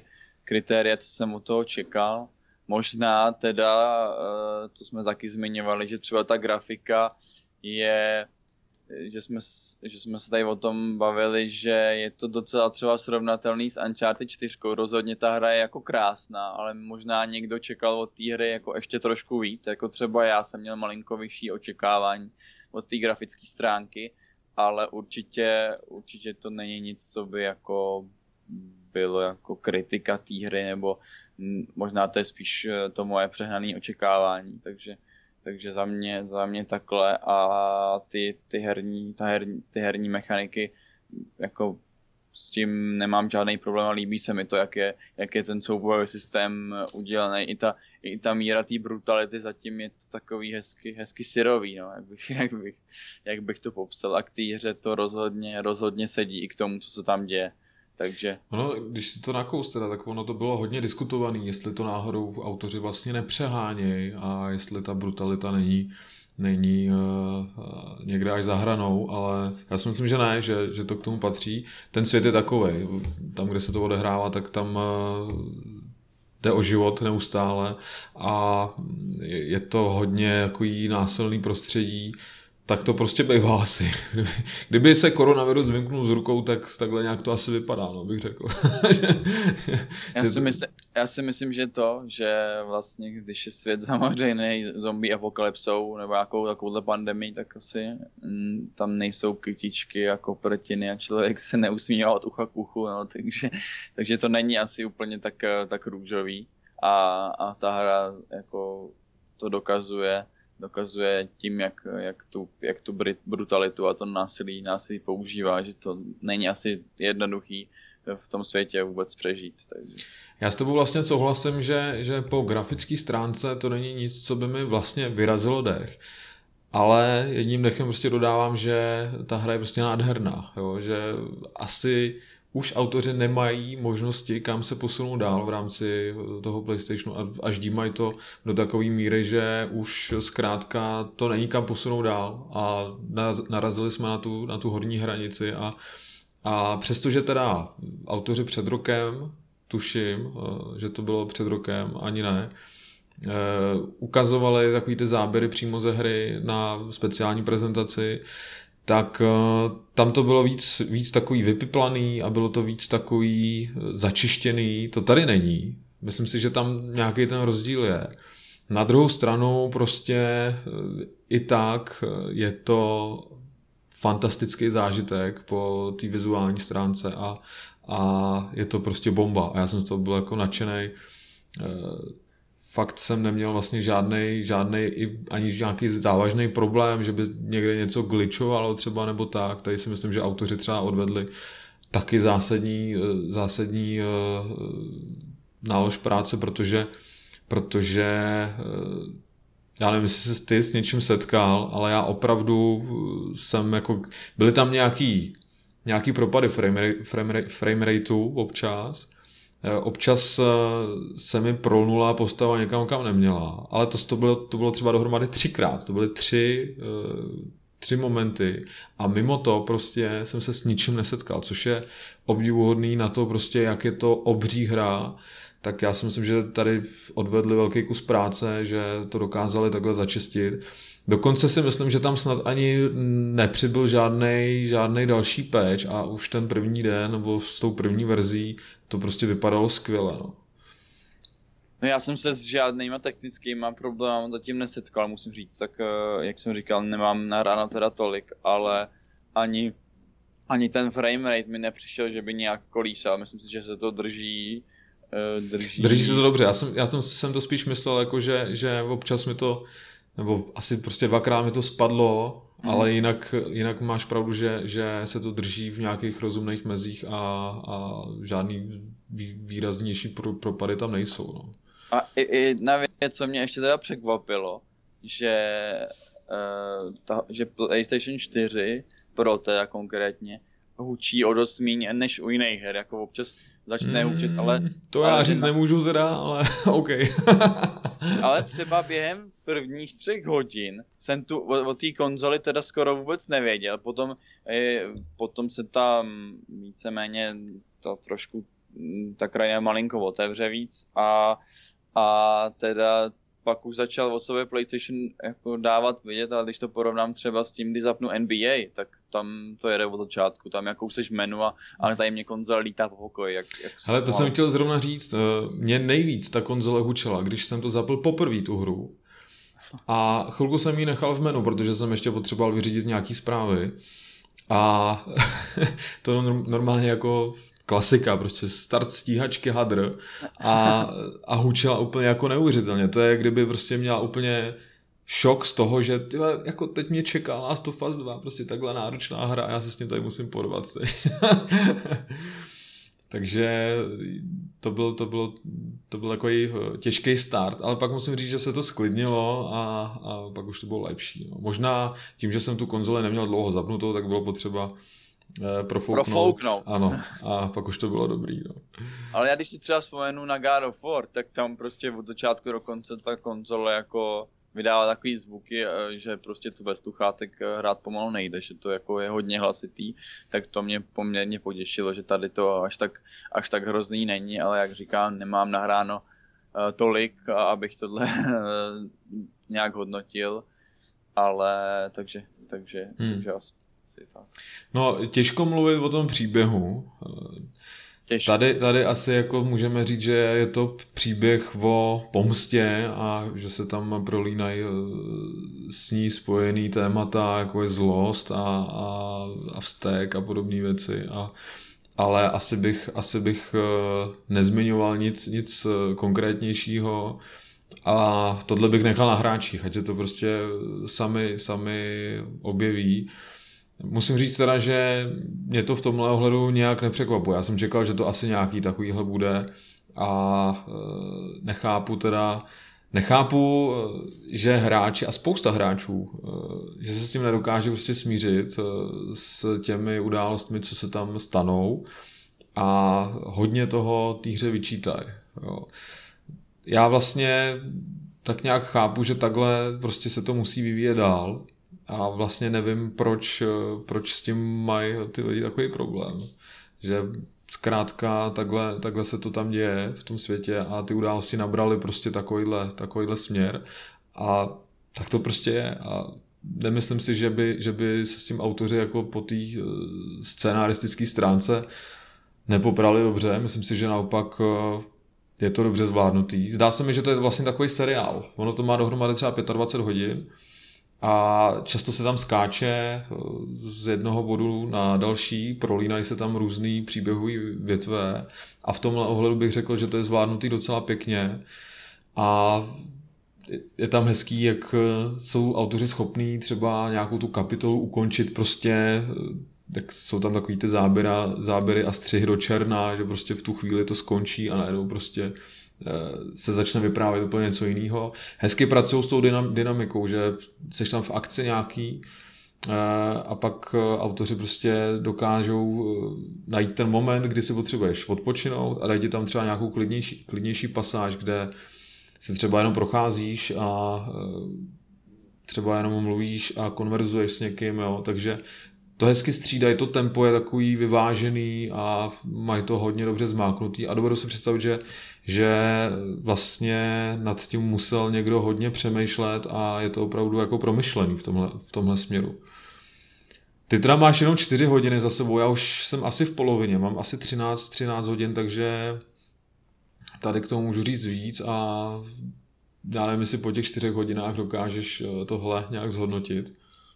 kritéria, co jsem od toho čekal. Možná teda, to jsme taky zmiňovali, že třeba ta grafika je, že jsme se tady o tom bavili, že je to docela třeba srovnatelný s Uncharted 4. Rozhodně ta hra je jako krásná, ale možná někdo čekal od té hry jako ještě trošku víc, jako třeba já jsem měl malinko vyšší očekávání od té grafické stránky, ale určitě to není nic, co by jako bylo jako kritika té hry, nebo možná to je spíš to moje přehnané očekávání, takže za mě takhle a ty herní mechaniky jako s tím nemám žádný problém a líbí se mi to, jak je ten soubojový systém udělaný. I ta míra té brutality zatím je to takový hezky syrový, no, jak bych to popsal. A k té hře to rozhodně sedí i k tomu, co se tam děje. Takže... Ono, když si to nakous teda, tak ono to bylo hodně diskutovaný, jestli to náhodou autoři vlastně nepřehánějí a jestli ta brutalita není někde až za hranou, ale já si myslím, že ne, že to k tomu patří. Ten svět je takovej, tam, kde se to odehrává, tak tam jde o život neustále a je to hodně takový násilný prostředí, tak to prostě bývá asi. Kdyby se koronavirus vymknul z rukou, tak takhle nějak to asi vypadá, no, bych řekl. Já si myslím, že vlastně, když je svět zamořený zombie apokalypsou nebo nějakou takovouhle pandemii, tak asi tam nejsou kytičky jako protiny a člověk se neusmívá od ucha k uchu, no, takže to není asi úplně tak růžový a ta hra jako to dokazuje tím, jak tu brutalitu a to násilí používá, že to není asi jednoduchý v tom světě vůbec přežít. Takže. Já s tebou vlastně souhlasím, že po grafické stránce to není nic, co by mi vlastně vyrazilo dech. Ale jedním dechem prostě dodávám, že ta hra je prostě nádherná. Jo? Že asi už autoři nemají možnosti, kam se posunou dál v rámci toho PlayStationu a ždímají to do takové míry, že už zkrátka to není kam posunou dál a narazili jsme na tu horní hranici a přestože teda autoři před rokem, tuším, že to bylo před rokem, ani ne, ukazovali takový ty záběry přímo ze hry na speciální prezentaci, tak tam to bylo víc takový vypiplaný a bylo to víc takový začištěný. To tady není. Myslím si, že tam nějaký ten rozdíl je. Na druhou stranu prostě i tak je to fantastický zážitek po té vizuální stránce a je to prostě bomba. A já jsem z toho byl jako nadšenej. Fakt jsem neměl vlastně žádnej ani nějaký závažný problém, že by někde něco glitchovalo třeba nebo tak. Tady si myslím, že autoři třeba odvedli taky zásadní nálož práce, protože já nevím, jestli se ty s něčím setkal, ale já opravdu jsem jako, byly tam nějaký propady frame rateu občas. Občas se mi prolnula postava někam, kam neměla, ale to bylo třeba dohromady 3krát, to byly tři momenty a mimo to prostě jsem se s ničím nesetkal, což je obdivuhodný na to prostě, jak je to obří hra, tak já si myslím, že tady odvedli velký kus práce, že to dokázali takhle začistit. Dokonce si myslím, že tam snad ani nepřibyl žádnej další patch a už ten první den nebo s tou první verzí to prostě vypadalo skvěle. No. No já jsem se s žádnýma technickýma problémy zatím nesetkal, musím říct, tak jak jsem říkal, nemám nahráno teda tolik, ale ani ten frame rate mi nepřišel, že by nějak kolísal, myslím si, že se to drží. Drží se to dobře, já jsem to spíš myslel, jako že občas mi to, nebo asi prostě 2krát mi to spadlo, ale jinak máš pravdu, že se to drží v nějakých rozumných mezích a žádný výraznější propady tam nejsou. No. A jedna věc, co mě ještě teda překvapilo, že PlayStation 4 Pro teda konkrétně hučí o dost míň než u jiných her, jako občas začne hučet, ale... To já říct nemůžu teda, ale OK. Ale třeba během prvních 3 hodin jsem tu o té konzoli teda skoro vůbec nevěděl, potom se tam víceméně to trošku ta krajina malinko otevře víc a teda pak už začal o sobě PlayStation jako dávat vidět, ale když to porovnám třeba s tím, kdy zapnu NBA, tak tam to jede od začátku, tam jako už seš v menu ale tady mě konzole lítá po pokoji. Hele, to jsem chtěl zrovna říct, mě nejvíc ta konzole hučela, když jsem to zapl poprvé tu hru a chvilku jsem ji nechal v menu, protože jsem ještě potřeboval vyřídit nějaký zprávy a to normálně jako klasika, prostě start stíhačky hadr a hučela úplně jako neuvěřitelně. To je, kdyby prostě měla úplně šok z toho, že tyhle, jako teď mě čeká Last of Us 2, prostě takhle náročná hra a já se s tím tady musím porvat teď. Takže to byl takový těžký start, ale pak musím říct, že se to sklidnilo a pak už to bylo lepší. No. Možná tím, že jsem tu konzoli neměl dlouho zapnutou, tak bylo potřeba profouknout. Ano, a pak už to bylo dobrý. No. Ale já když si třeba vzpomenu na God of War, tak tam prostě od začátku do konce ta konzole jako vydává takový zvuky, že prostě tu bez sluchátek hrát pomalu nejde, že to jako je hodně hlasitý, tak to mě poměrně potěšilo, že tady to až tak hrozný není, ale jak říkám, nemám nahráno tolik, abych tohle nějak hodnotil, ale takže asi tak. No, těžko mluvit o tom příběhu. Tady asi jako můžeme říct, že je to příběh o pomstě a že se tam prolínají s ní spojený témata, jako je zlost a vztek a podobné věci. Ale asi bych nezmiňoval nic konkrétnějšího a tohle bych nechal na hráčích, ať se to prostě sami objeví. Musím říct teda, že mě to v tomhle ohledu nějak nepřekvapuje. Já jsem čekal, že to asi nějaký takovýhle bude a nechápu, že hráči a spousta hráčů, že se s tím nedokáže prostě smířit s těmi událostmi, co se tam stanou a hodně toho té hře vyčítají. Já vlastně tak nějak chápu, že takhle prostě se to musí vyvíjet dál. A vlastně nevím, proč s tím mají ty lidi takový problém. Že zkrátka takhle se to tam děje v tom světě a ty události nabraly prostě takovýhle směr. A tak to prostě je. A nemyslím si, že by se s tím autoři jako po té scénaristické stránce nepoprali dobře. Myslím si, že naopak je to dobře zvládnutý. Zdá se mi, že to je vlastně takový seriál. Ono to má dohromady třeba 25 hodin. A často se tam skáče z jednoho bodu na další, prolínají se tam různý příběhový větve a v tomhle ohledu bych řekl, že to je zvládnutý docela pěkně a je tam hezký, jak jsou autoři schopní třeba nějakou tu kapitolu ukončit prostě, tak jsou tam takový ty záběry a střihy do černa, že prostě v tu chvíli to skončí a najednou prostě se začne vyprávět úplně něco jiného. Hezky pracují s tou dynamikou, že jsi tam v akci nějaký a pak autoři prostě dokážou najít ten moment, kdy si potřebuješ odpočinout a dají ti tam třeba nějakou klidnější pasáž, kde se třeba jenom procházíš a třeba jenom mluvíš a konverzuješ s někým, jo, takže to hezky střídají, to tempo je takový vyvážený a mají to hodně dobře zmáknutý a dovedu si představit, že vlastně nad tím musel někdo hodně přemýšlet a je to opravdu jako promyšlený v tomhle směru. Ty teda máš jenom 4 hodiny za sebou, já už jsem asi v polovině, mám asi 13 hodin, takže tady k tomu můžu říct víc a já nevím, jestli po těch 4 hodinách dokážeš tohle nějak zhodnotit.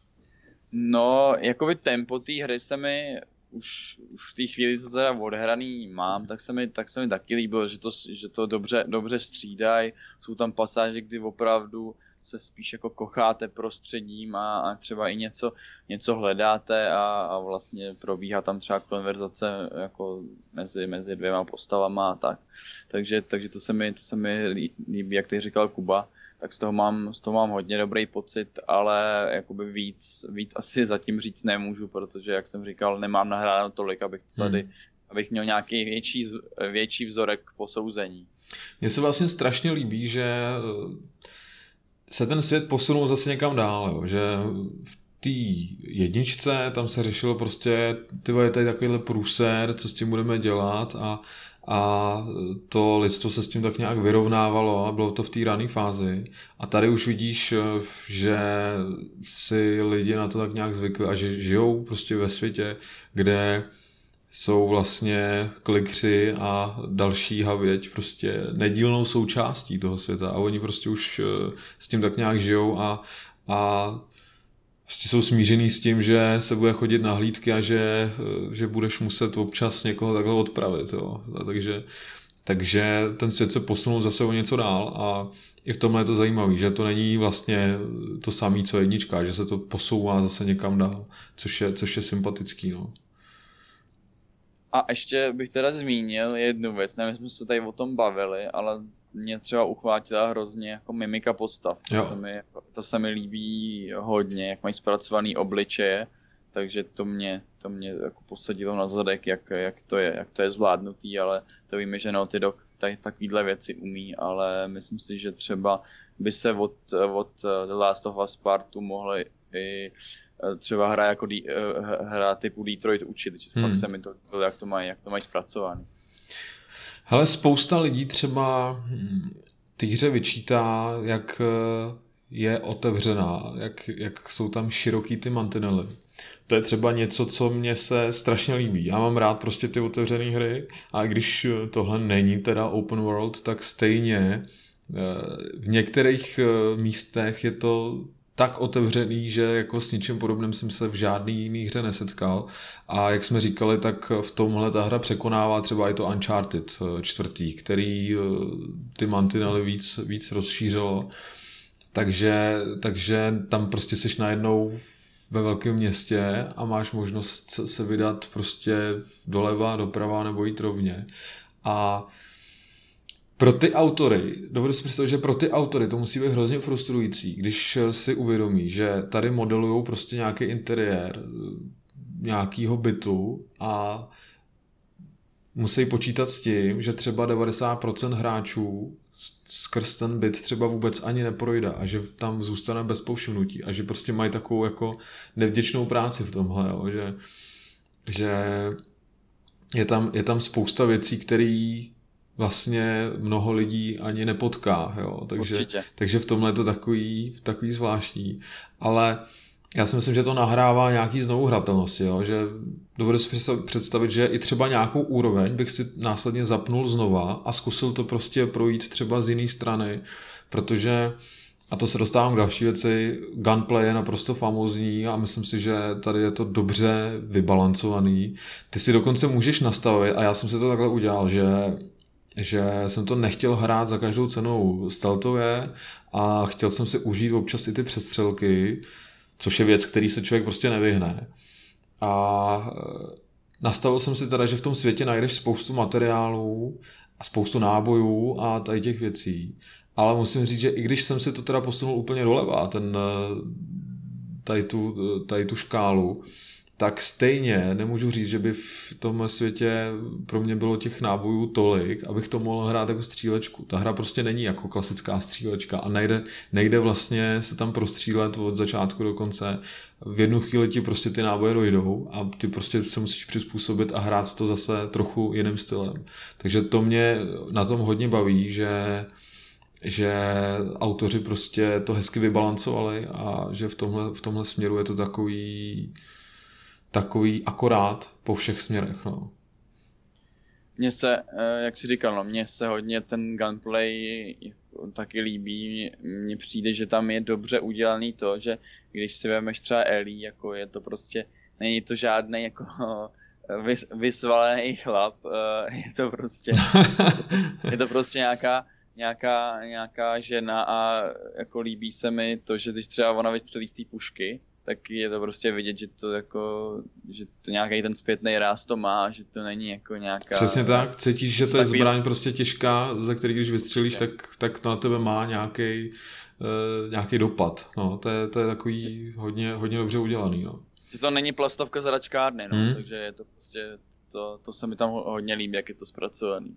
No, jakoby tempo té hry se mi už v té chvíli, co teda odhraný mám, tak se mi taky líbilo, že to dobře střídají. Jsou tam pasáže, kdy opravdu se spíš jako kocháte prostředím a třeba i něco hledáte a vlastně probíhá tam třeba konverzace jako mezi dvěma postavama a tak. Takže to se mi líbí, jak teď říkal Kuba. Tak z toho mám hodně dobrý pocit, ale jakoby víc asi zatím říct nemůžu, protože, jak jsem říkal, nemám nahráno tolik, abych měl nějaký větší vzorek k posouzení. Mně se vlastně strašně líbí, že se ten svět posunul zase někam dál, jo? Že v té jedničce tam se řešilo prostě, je tady takovýhle průser, co s tím budeme dělat a a to lidstvo se s tím tak nějak vyrovnávalo a bylo to v té rané fázi. A tady už vidíš, že si lidi na to tak nějak zvykli a že žijou prostě ve světě, kde jsou vlastně klikři a další havěť prostě nedílnou součástí toho světa a oni prostě už s tím tak nějak žijou a prostě jsou smířený s tím, že se bude chodit na hlídky a že budeš muset občas někoho takhle odpravit. Jo. Takže ten svět se posunul zase o něco dál a i v tomhle je to zajímavé, že to není vlastně to samé, co jednička, že se to posouvá zase někam dál, což je sympatický. No. A ještě bych teda zmínil jednu věc, nevím, jsme se tady o tom bavili, ale mě třeba uchvátila hrozně jako mimika postav. To se mi líbí hodně, jak mají zpracovaný obličeje, takže to mě jako posadilo na zadek, jak to je zvládnutý, ale to víme, že Naughty Dog takovýhle věci umí, ale myslím si, že třeba by se od The Last of Us Part 2 mohly i třeba hra typu Detroit učit, že fakt se mi to bylo, jak to mají zpracované. Hele, spousta lidí třeba té hře vyčítá, jak je otevřená, jak jsou tam široký ty mantinely. To je třeba něco, co mně se strašně líbí. Já mám rád prostě ty otevřené hry a když tohle není teda open world, tak stejně v některých místech je to tak otevřený, že jako s ničím podobným jsem se v žádný jiný hře nesetkal. A jak jsme říkali, tak v tomhle ta hra překonává třeba i to Uncharted 4, který ty mantinely víc rozšířilo. Takže tam prostě seš najednou ve velkém městě a máš možnost se vydat prostě doleva, doprava nebo jít rovně. A pro ty autory, dovedu si představit, že pro ty autory to musí být hrozně frustrující, když si uvědomí, že tady modelujou prostě nějaký interiér nějakýho bytu a musí počítat s tím, že třeba 90% hráčů skrz ten byt třeba vůbec ani neprojde a že tam zůstane bez povšimnutí a že prostě mají takovou jako nevděčnou práci v tomhle, jo? Že je tam spousta věcí, které vlastně mnoho lidí ani nepotká, jo? Takže v tomhle je to takový zvláštní, ale já si myslím, že to nahrává nějaký znovu hratelnosti, jo? Že dovedu si představit, že i třeba nějakou úroveň bych si následně zapnul znova a zkusil to prostě projít třeba z jiné strany, protože, a to se dostávám k další věci, gunplay je naprosto famózní a myslím si, že tady je to dobře vybalancovaný. Ty si dokonce můžeš nastavit, a já jsem si to takhle udělal, že jsem to nechtěl hrát za každou cenu stealthově a chtěl jsem si užít občas i ty přestřelky, což je věc, který se člověk prostě nevyhne. A nastavil jsem si teda, že v tom světě najdeš spoustu materiálů a spoustu nábojů a tady těch věcí. Ale musím říct, že i když jsem si to teda posunul úplně doleva, tady tu škálu, tak stejně nemůžu říct, že by v tom světě pro mě bylo těch nábojů tolik, abych to mohl hrát jako střílečku. Ta hra prostě není jako klasická střílečka a nejde vlastně se tam prostřílet od začátku do konce. V jednu chvíli ti prostě ty náboje dojdou a ty prostě se musíš přizpůsobit a hrát to zase trochu jiným stylem. Takže to mě na tom hodně baví, že autoři prostě to hezky vybalancovali a že v tomhle směru je to takový akorát po všech směrech, no. Mně se, jak jsi říkal, no, mně se hodně ten gunplay taky líbí. Mně přijde, že tam je dobře udělaný to, že když si vemeš třeba Ellie, jako je to prostě, není to žádný jako vysvalený chlap, je to prostě nějaká žena a jako líbí se mi to, že když třeba ona vystřelí z té pušky, tak je to prostě vidět, že to nějaký ten zpětný ráz to má, že to není jako nějaká... Přesně tak, cítíš, že to je zbraň prostě těžká, za který když vystřelíš, tak to na tebe má nějaký dopad. No, to je takový hodně dobře udělaný. No. Že to není plastovka z hračkárny, no, takže je to prostě, to se mi tam hodně líbí, jak je to zpracovaný.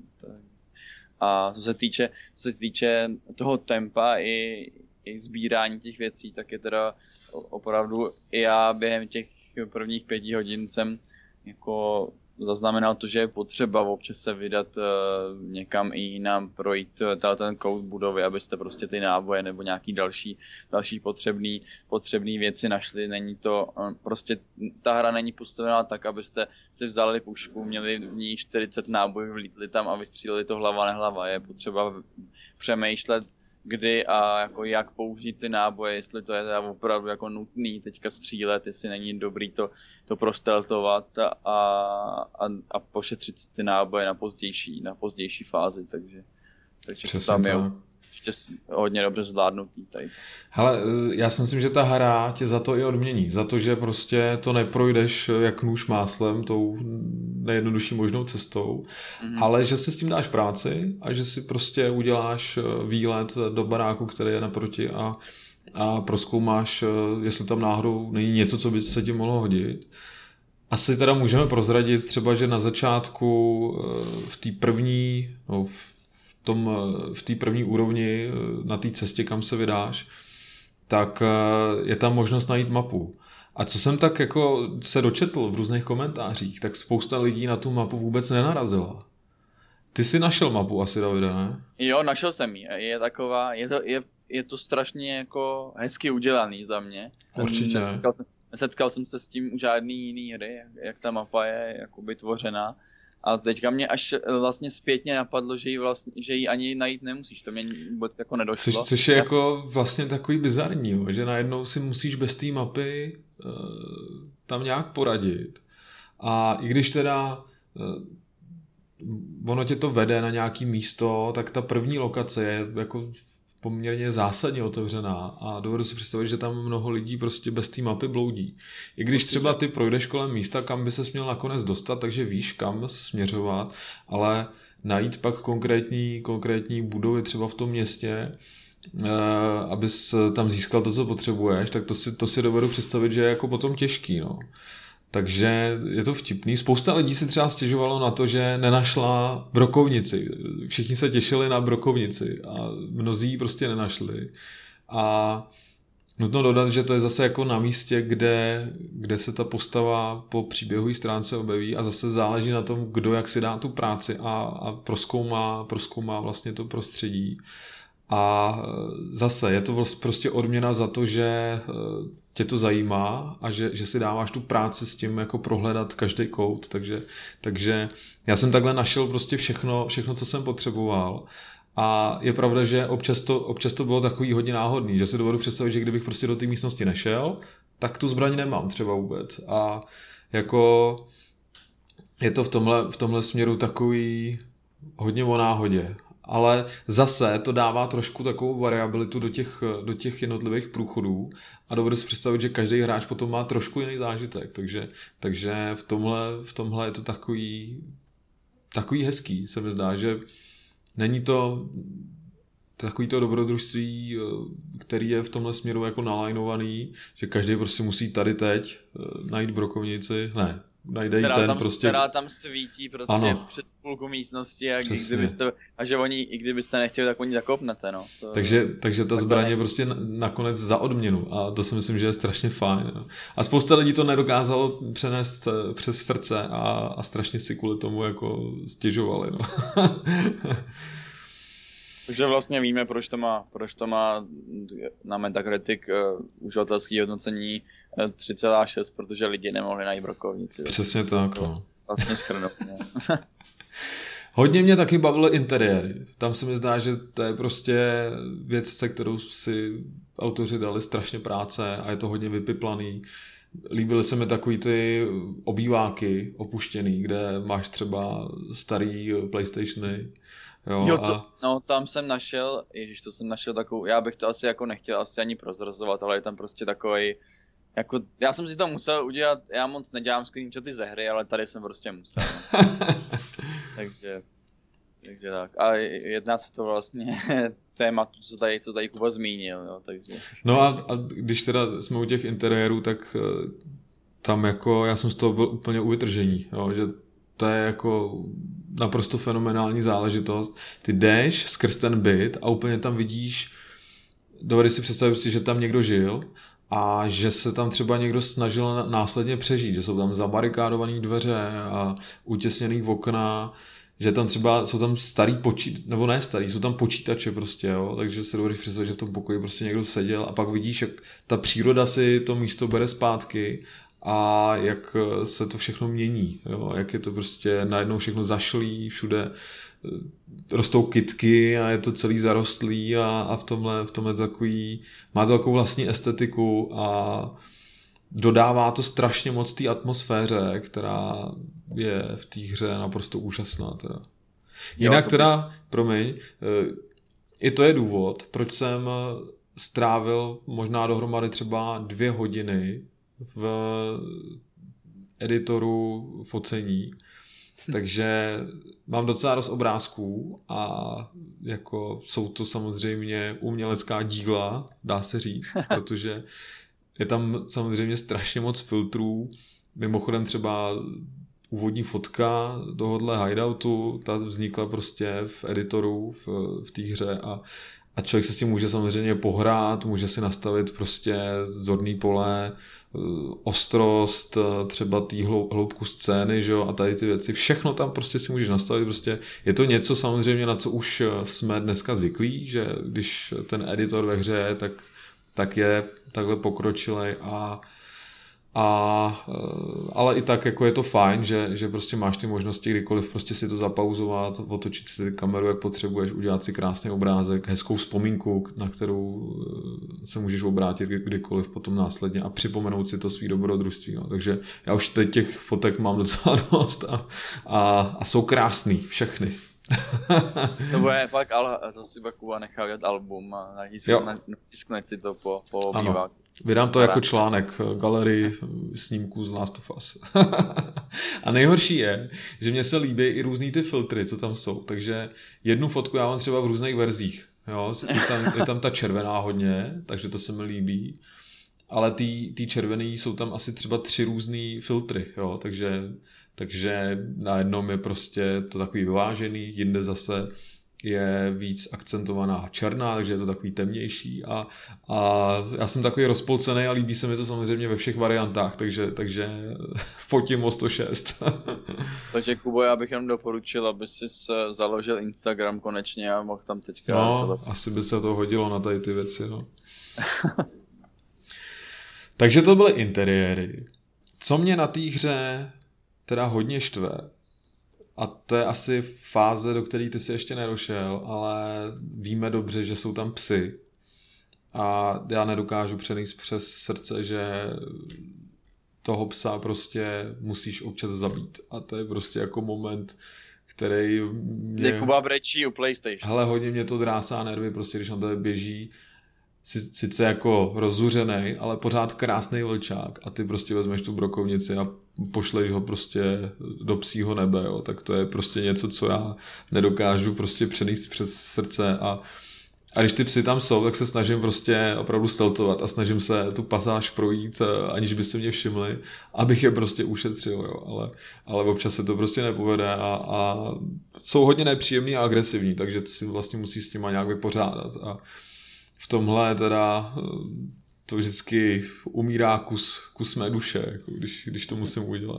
A co se týče toho tempa i sbírání těch věcí, tak je teda opravdu i já během těch prvních 5 hodin jsem jako zaznamenal to, že je potřeba občas se vydat někam i jinam, projít ten kout budovy, abyste prostě ty náboje nebo nějaký další potřebný věci našli. Není to, prostě ta hra není postavená tak, abyste si vzali pušku, měli v ní 40 nábojů, vlítli tam a vystříleli to hlava nehlava. Je potřeba přemýšlet, kdy a jako jak použít ty náboje, jestli to je opravdu jako nutný teďka střílet, jestli není dobrý to prosteltovat a pošetřit ty náboje na pozdější fázi, takže to tam je určitě hodně dobře zvládnutý tady. Hele, já si myslím, že ta hra tě za to i odmění, za to, že prostě to neprojdeš jak nůž máslem tou nejjednodušší možnou cestou, ale že si s tím dáš práci a že si prostě uděláš výlet do baráku, který je naproti a prozkoumáš, jestli tam náhodou není něco, co by se ti mohlo hodit. Asi teda můžeme prozradit třeba, že na začátku v té první, v té první úrovni na té cestě, kam se vydáš, tak je tam možnost najít mapu. A co jsem tak jako se dočetl v různých komentářích, tak spousta lidí na tu mapu vůbec nenarazila. Ty jsi našel mapu asi, Davide, ne? Jo, našel jsem ji. Je taková, je to strašně jako hezky udělaný za mě. Určitě. Nesetkal jsem se s tím u žádný jiný hry, jak ta mapa je jakoby tvořená. A teďka mě až vlastně zpětně napadlo, že ji ani najít nemusíš, to mě vůbec jako nedošlo. Což je jako vlastně takový bizarní, jo? Že najednou si musíš bez té mapy tam nějak poradit. A i když teda ono tě to vede na nějaký místo, tak ta první lokace je jako poměrně zásadně otevřená a dovedu si představit, že tam mnoho lidí prostě bez té mapy bloudí. I když třeba ty projdeš kolem místa, kam by ses měl nakonec dostat, takže víš, kam směřovat, ale najít pak konkrétní budovy třeba v tom městě, abys tam získal to, co potřebuješ, tak to si dovedu představit, že je jako potom těžký, no. Takže je to vtipný. Spousta lidí si třeba stěžovalo na to, že nenašla brokovnici. Všichni se těšili na brokovnici a mnozí prostě nenašli. A nutno dodat, že to je zase jako na místě, kde se ta postava po příběhové stránce objeví a zase záleží na tom, kdo jak si dá tu práci a prozkoumá vlastně to prostředí. A zase je to prostě odměna za to, že tě to zajímá a že si dáváš tu práci s tím jako prohledat každý kout, takže já jsem takhle našel prostě všechno, co jsem potřeboval a je pravda, že občas to bylo takový hodně náhodný, že si dovedu představit, že kdybych prostě do té místnosti nešel, tak tu zbraň nemám třeba vůbec a jako je to v tomhle směru takový hodně o náhodě. Ale zase to dává trošku takovou variabilitu do těch jednotlivých průchodů a dovedu si představit, že každý hráč potom má trošku jiný zážitek, takže v tomhle je to takový hezký, se mi zdá, že není to takový to dobrodružství, který je v tomhle směru jako nalajnovaný, že každý prostě musí tady teď najít brokovnici, ne, najde která tam svítí prostě před spůlku místnosti a že oni, i kdybyste nechtěli, tak oni zakopnete, no. Takže ta zbraň je prostě nakonec za odměnu a to si myslím, že je strašně fajn. No. A spousta lidí to nedokázalo přenést přes srdce a strašně si kvůli tomu jako stěžovali, no. Takže vlastně víme, proč to má na Metacritic uživatelské hodnocení 3,6, protože lidi nemohli najít brokovnici. Přesně tak, no. Vlastně shrnout. Hodně mě taky bavily interiéry. Tam se mi zdá, že to je prostě věc, se kterou si autoři dali strašně práce a je to hodně vypiplaný. Líbily se mi takový ty obýváky opuštěný, kde máš třeba starý PlayStationy. No tam jsem našel, to jsem našel takovou, já bych to asi jako nechtěl asi ani prozrazovat, ale je tam prostě takovej, jako, já jsem si to musel udělat, já moc nedělám screenshoty ze hry, ale tady jsem prostě musel. takže tak. A jedná se to vlastně tématu, co tady Kuba zmínil, jo, takže. No a když teda jsme u těch interiérů, tak tam jako, já jsem z toho byl úplně u vytržení, jo, že to je jako naprosto fenomenální záležitost. Ty jdeš skrz ten byt a úplně tam vidíš, dovedeš si představit, že tam někdo žil a že se tam třeba někdo snažil následně přežít, že jsou tam zabarikádované dveře a utěsněný okna, že tam třeba jsou tam starý nebo ne starý, jsou tam počítače prostě, jo, takže se dovedeš představit, že v tom pokoji prostě někdo seděl a pak vidíš, jak ta příroda si to místo bere zpátky a jak se to všechno mění, jo, jak je to prostě najednou všechno zašlý, všude rostou kytky a je to celý zarostlý a v tomhle takový, má to takovou vlastní estetiku a dodává to strašně moc té atmosféře, která je v té hře naprosto úžasná teda. Jinak teda, promiň, i to je důvod, proč jsem strávil možná dohromady třeba 2 hodiny v editoru focení, takže mám docela dost obrázků a jako jsou to samozřejmě umělecká díla, dá se říct, protože je tam samozřejmě strašně moc filtrů. Mimochodem třeba úvodní fotka tohohle hideoutu, ta vznikla prostě v editoru v té hře a člověk se s tím může samozřejmě pohrát, může si nastavit prostě zorný pole, ostrost, třeba tý hloubku scény, že jo, a tady ty věci. Všechno tam prostě si můžeš nastavit. Prostě je to něco samozřejmě, na co už jsme dneska zvyklí, že když ten editor ve hře je, tak je takhle pokročilej ale i tak jako je to fajn, že prostě máš ty možnosti kdykoliv prostě si to zapauzovat, otočit si kameru, jak potřebuješ, udělat si krásný obrázek, hezkou vzpomínku, na kterou se můžeš obrátit kdykoliv potom následně a připomenout si to svý dobrodružství. No. Takže já už teď těch fotek mám docela dost a jsou krásný, všechny. To bude fakt, to si pak Kuba nechá dělat album a natiskne si to po obýváku. Vydám to jako článek galerii snímků z Last of Us. A nejhorší je, že mně se líbí i různý ty filtry, co tam jsou. Takže jednu fotku já mám třeba v různých verzích. Jo? Je tam ta červená hodně, takže to se mi líbí. Ale ty červený jsou tam asi třeba 3 různý filtry. Jo? Takže na jednom je prostě to takový vyvážený, jinde zase je víc akcentovaná černá, takže je to takový temnější a já jsem takový rozpolcený a líbí se mi to samozřejmě ve všech variantách, takže fotím o 106. Takže Kubo, já bych jenom doporučil, aby jsi založil Instagram konečně a mohl tam teďka... No, asi by se to hodilo na tady ty věci, no. Takže to byly interiéry. Co mě na té hře teda hodně štve, a to je asi fáze, do které ty si ještě nedošel, ale víme dobře, že jsou tam psy. A já nedokážu přenést přes srdce, že toho psa prostě musíš občas zabít. A to je prostě jako moment, který mě... Kuba brečí u PlayStation. Hele, hodně mě to drásá nervy, prostě když na tebe běží. Sice jako rozuřenej, ale pořád krásný vlčák a ty prostě vezmeš tu brokovnici a pošleš ho prostě do psího nebe, jo. Tak to je prostě něco, co já nedokážu prostě přenést přes srdce a když ty psy tam jsou, tak se snažím prostě opravdu steltovat a snažím se tu pasáž projít, aniž by se mě všimli, abych je prostě ušetřil, jo. Ale občas se to prostě nepovede a jsou hodně nepříjemný a agresivní, takže si vlastně musí s těma nějak vypořádat a v tomhle teda to vždycky umírá kus mé duše, jako když to musím udělat.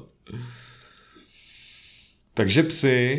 Takže psy,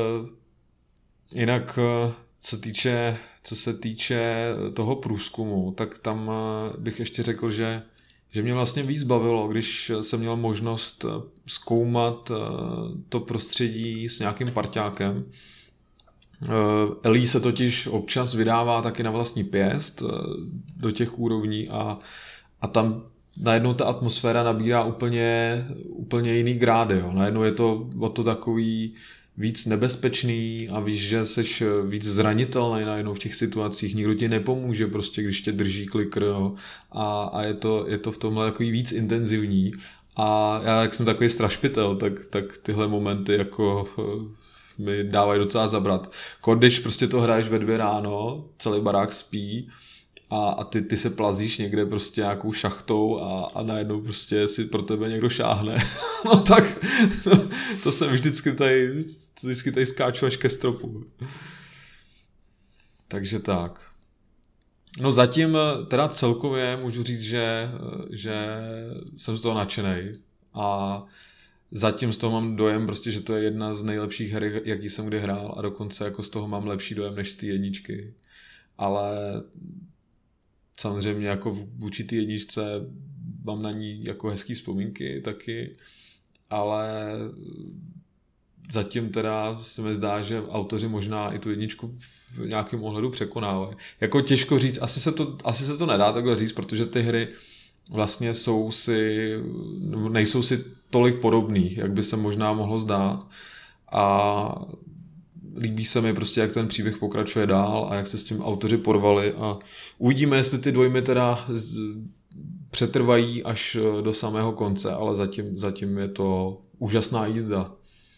jinak co se týče toho průzkumu, tak tam bych ještě řekl, že mě vlastně víc bavilo, když jsem měl možnost zkoumat to prostředí s nějakým parťákem. Ellie se totiž občas vydává taky na vlastní pěst do těch úrovní a tam najednou ta atmosféra nabírá úplně jiný grády. Jo. Najednou je to o to takový víc nebezpečný a víš, že seš víc zranitelný najednou v těch situacích. Nikdo ti nepomůže prostě, když tě drží klikr. Jo. A je to v tomhle takový víc intenzivní. A já, jak jsem takový strašpitel, tak tyhle momenty jako... mi dávají docela zabrat. Když prostě to hraješ ve 2 ráno, celý barák spí a ty se plazíš někde prostě nějakou šachtou a najednou prostě si pro tebe někdo šáhne. No tak to jsem vždycky tady skáču až ke stropu. Takže tak. No zatím teda celkově můžu říct, že jsem z toho nadšenej a zatím z toho mám dojem prostě, že to je jedna z nejlepších her, jaký jsem kdy hrál a dokonce jako z toho mám lepší dojem než z té jedničky. Ale samozřejmě jako vůči té jedničce mám na ní jako hezký vzpomínky taky, ale zatím teda se mi zdá, že autoři možná i tu jedničku v nějakém ohledu překonávají. Jako těžko říct, asi se to nedá takhle říct, protože ty hry vlastně nejsou si tolik podobný, jak by se možná mohlo zdát. A líbí se mi prostě, jak ten příběh pokračuje dál a jak se s tím autoři porvali a uvidíme, jestli ty dvojmy teda přetrvají až do samého konce, ale zatím je to úžasná jízda.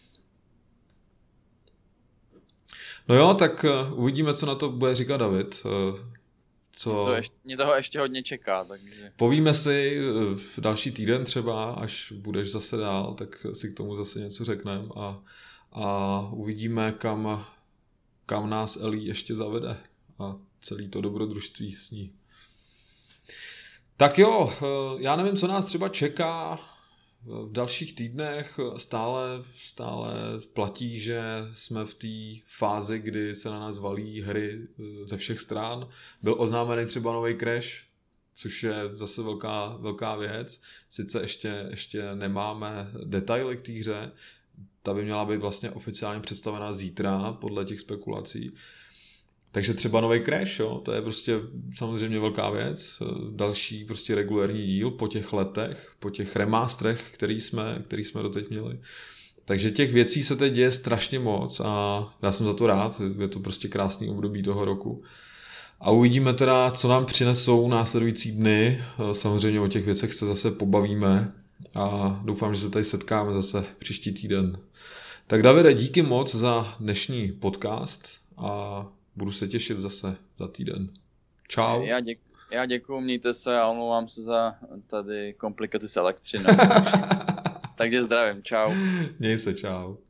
No jo, tak uvidíme, co na to bude říkat David. Mě toho ještě hodně čeká, takže... Povíme si v další týden třeba, až budeš zase dál, tak si k tomu zase něco řekneme a uvidíme, kam nás Ellie ještě zavede a celý to dobrodružství s ní. Tak jo, já nevím, co nás třeba čeká v dalších týdnech. Stále platí, že jsme v té fázi, kdy se na nás valí hry ze všech stran. Byl oznámený třeba nový Crash, což je zase velká věc. Sice ještě nemáme detaily k té hře, ta by měla být vlastně oficiálně představená zítra, podle těch spekulací. Takže třeba nový Crash, jo, to je prostě samozřejmě velká věc. Další prostě regulérní díl po těch letech, po těch remasterech, který jsme doteď měli. Takže těch věcí se teď děje strašně moc a já jsem za to rád, je to prostě krásný období toho roku. A uvidíme teda, co nám přinesou následující dny. Samozřejmě o těch věcech se zase pobavíme a doufám, že se tady setkáme zase příští týden. Tak Davide, díky moc za dnešní podcast a budu se těšit zase za týden. Čau. Já děkuju, mějte se a omlouvám se za tady komplikaci s elektřinou. Takže zdravím, čau. Měj se, čau.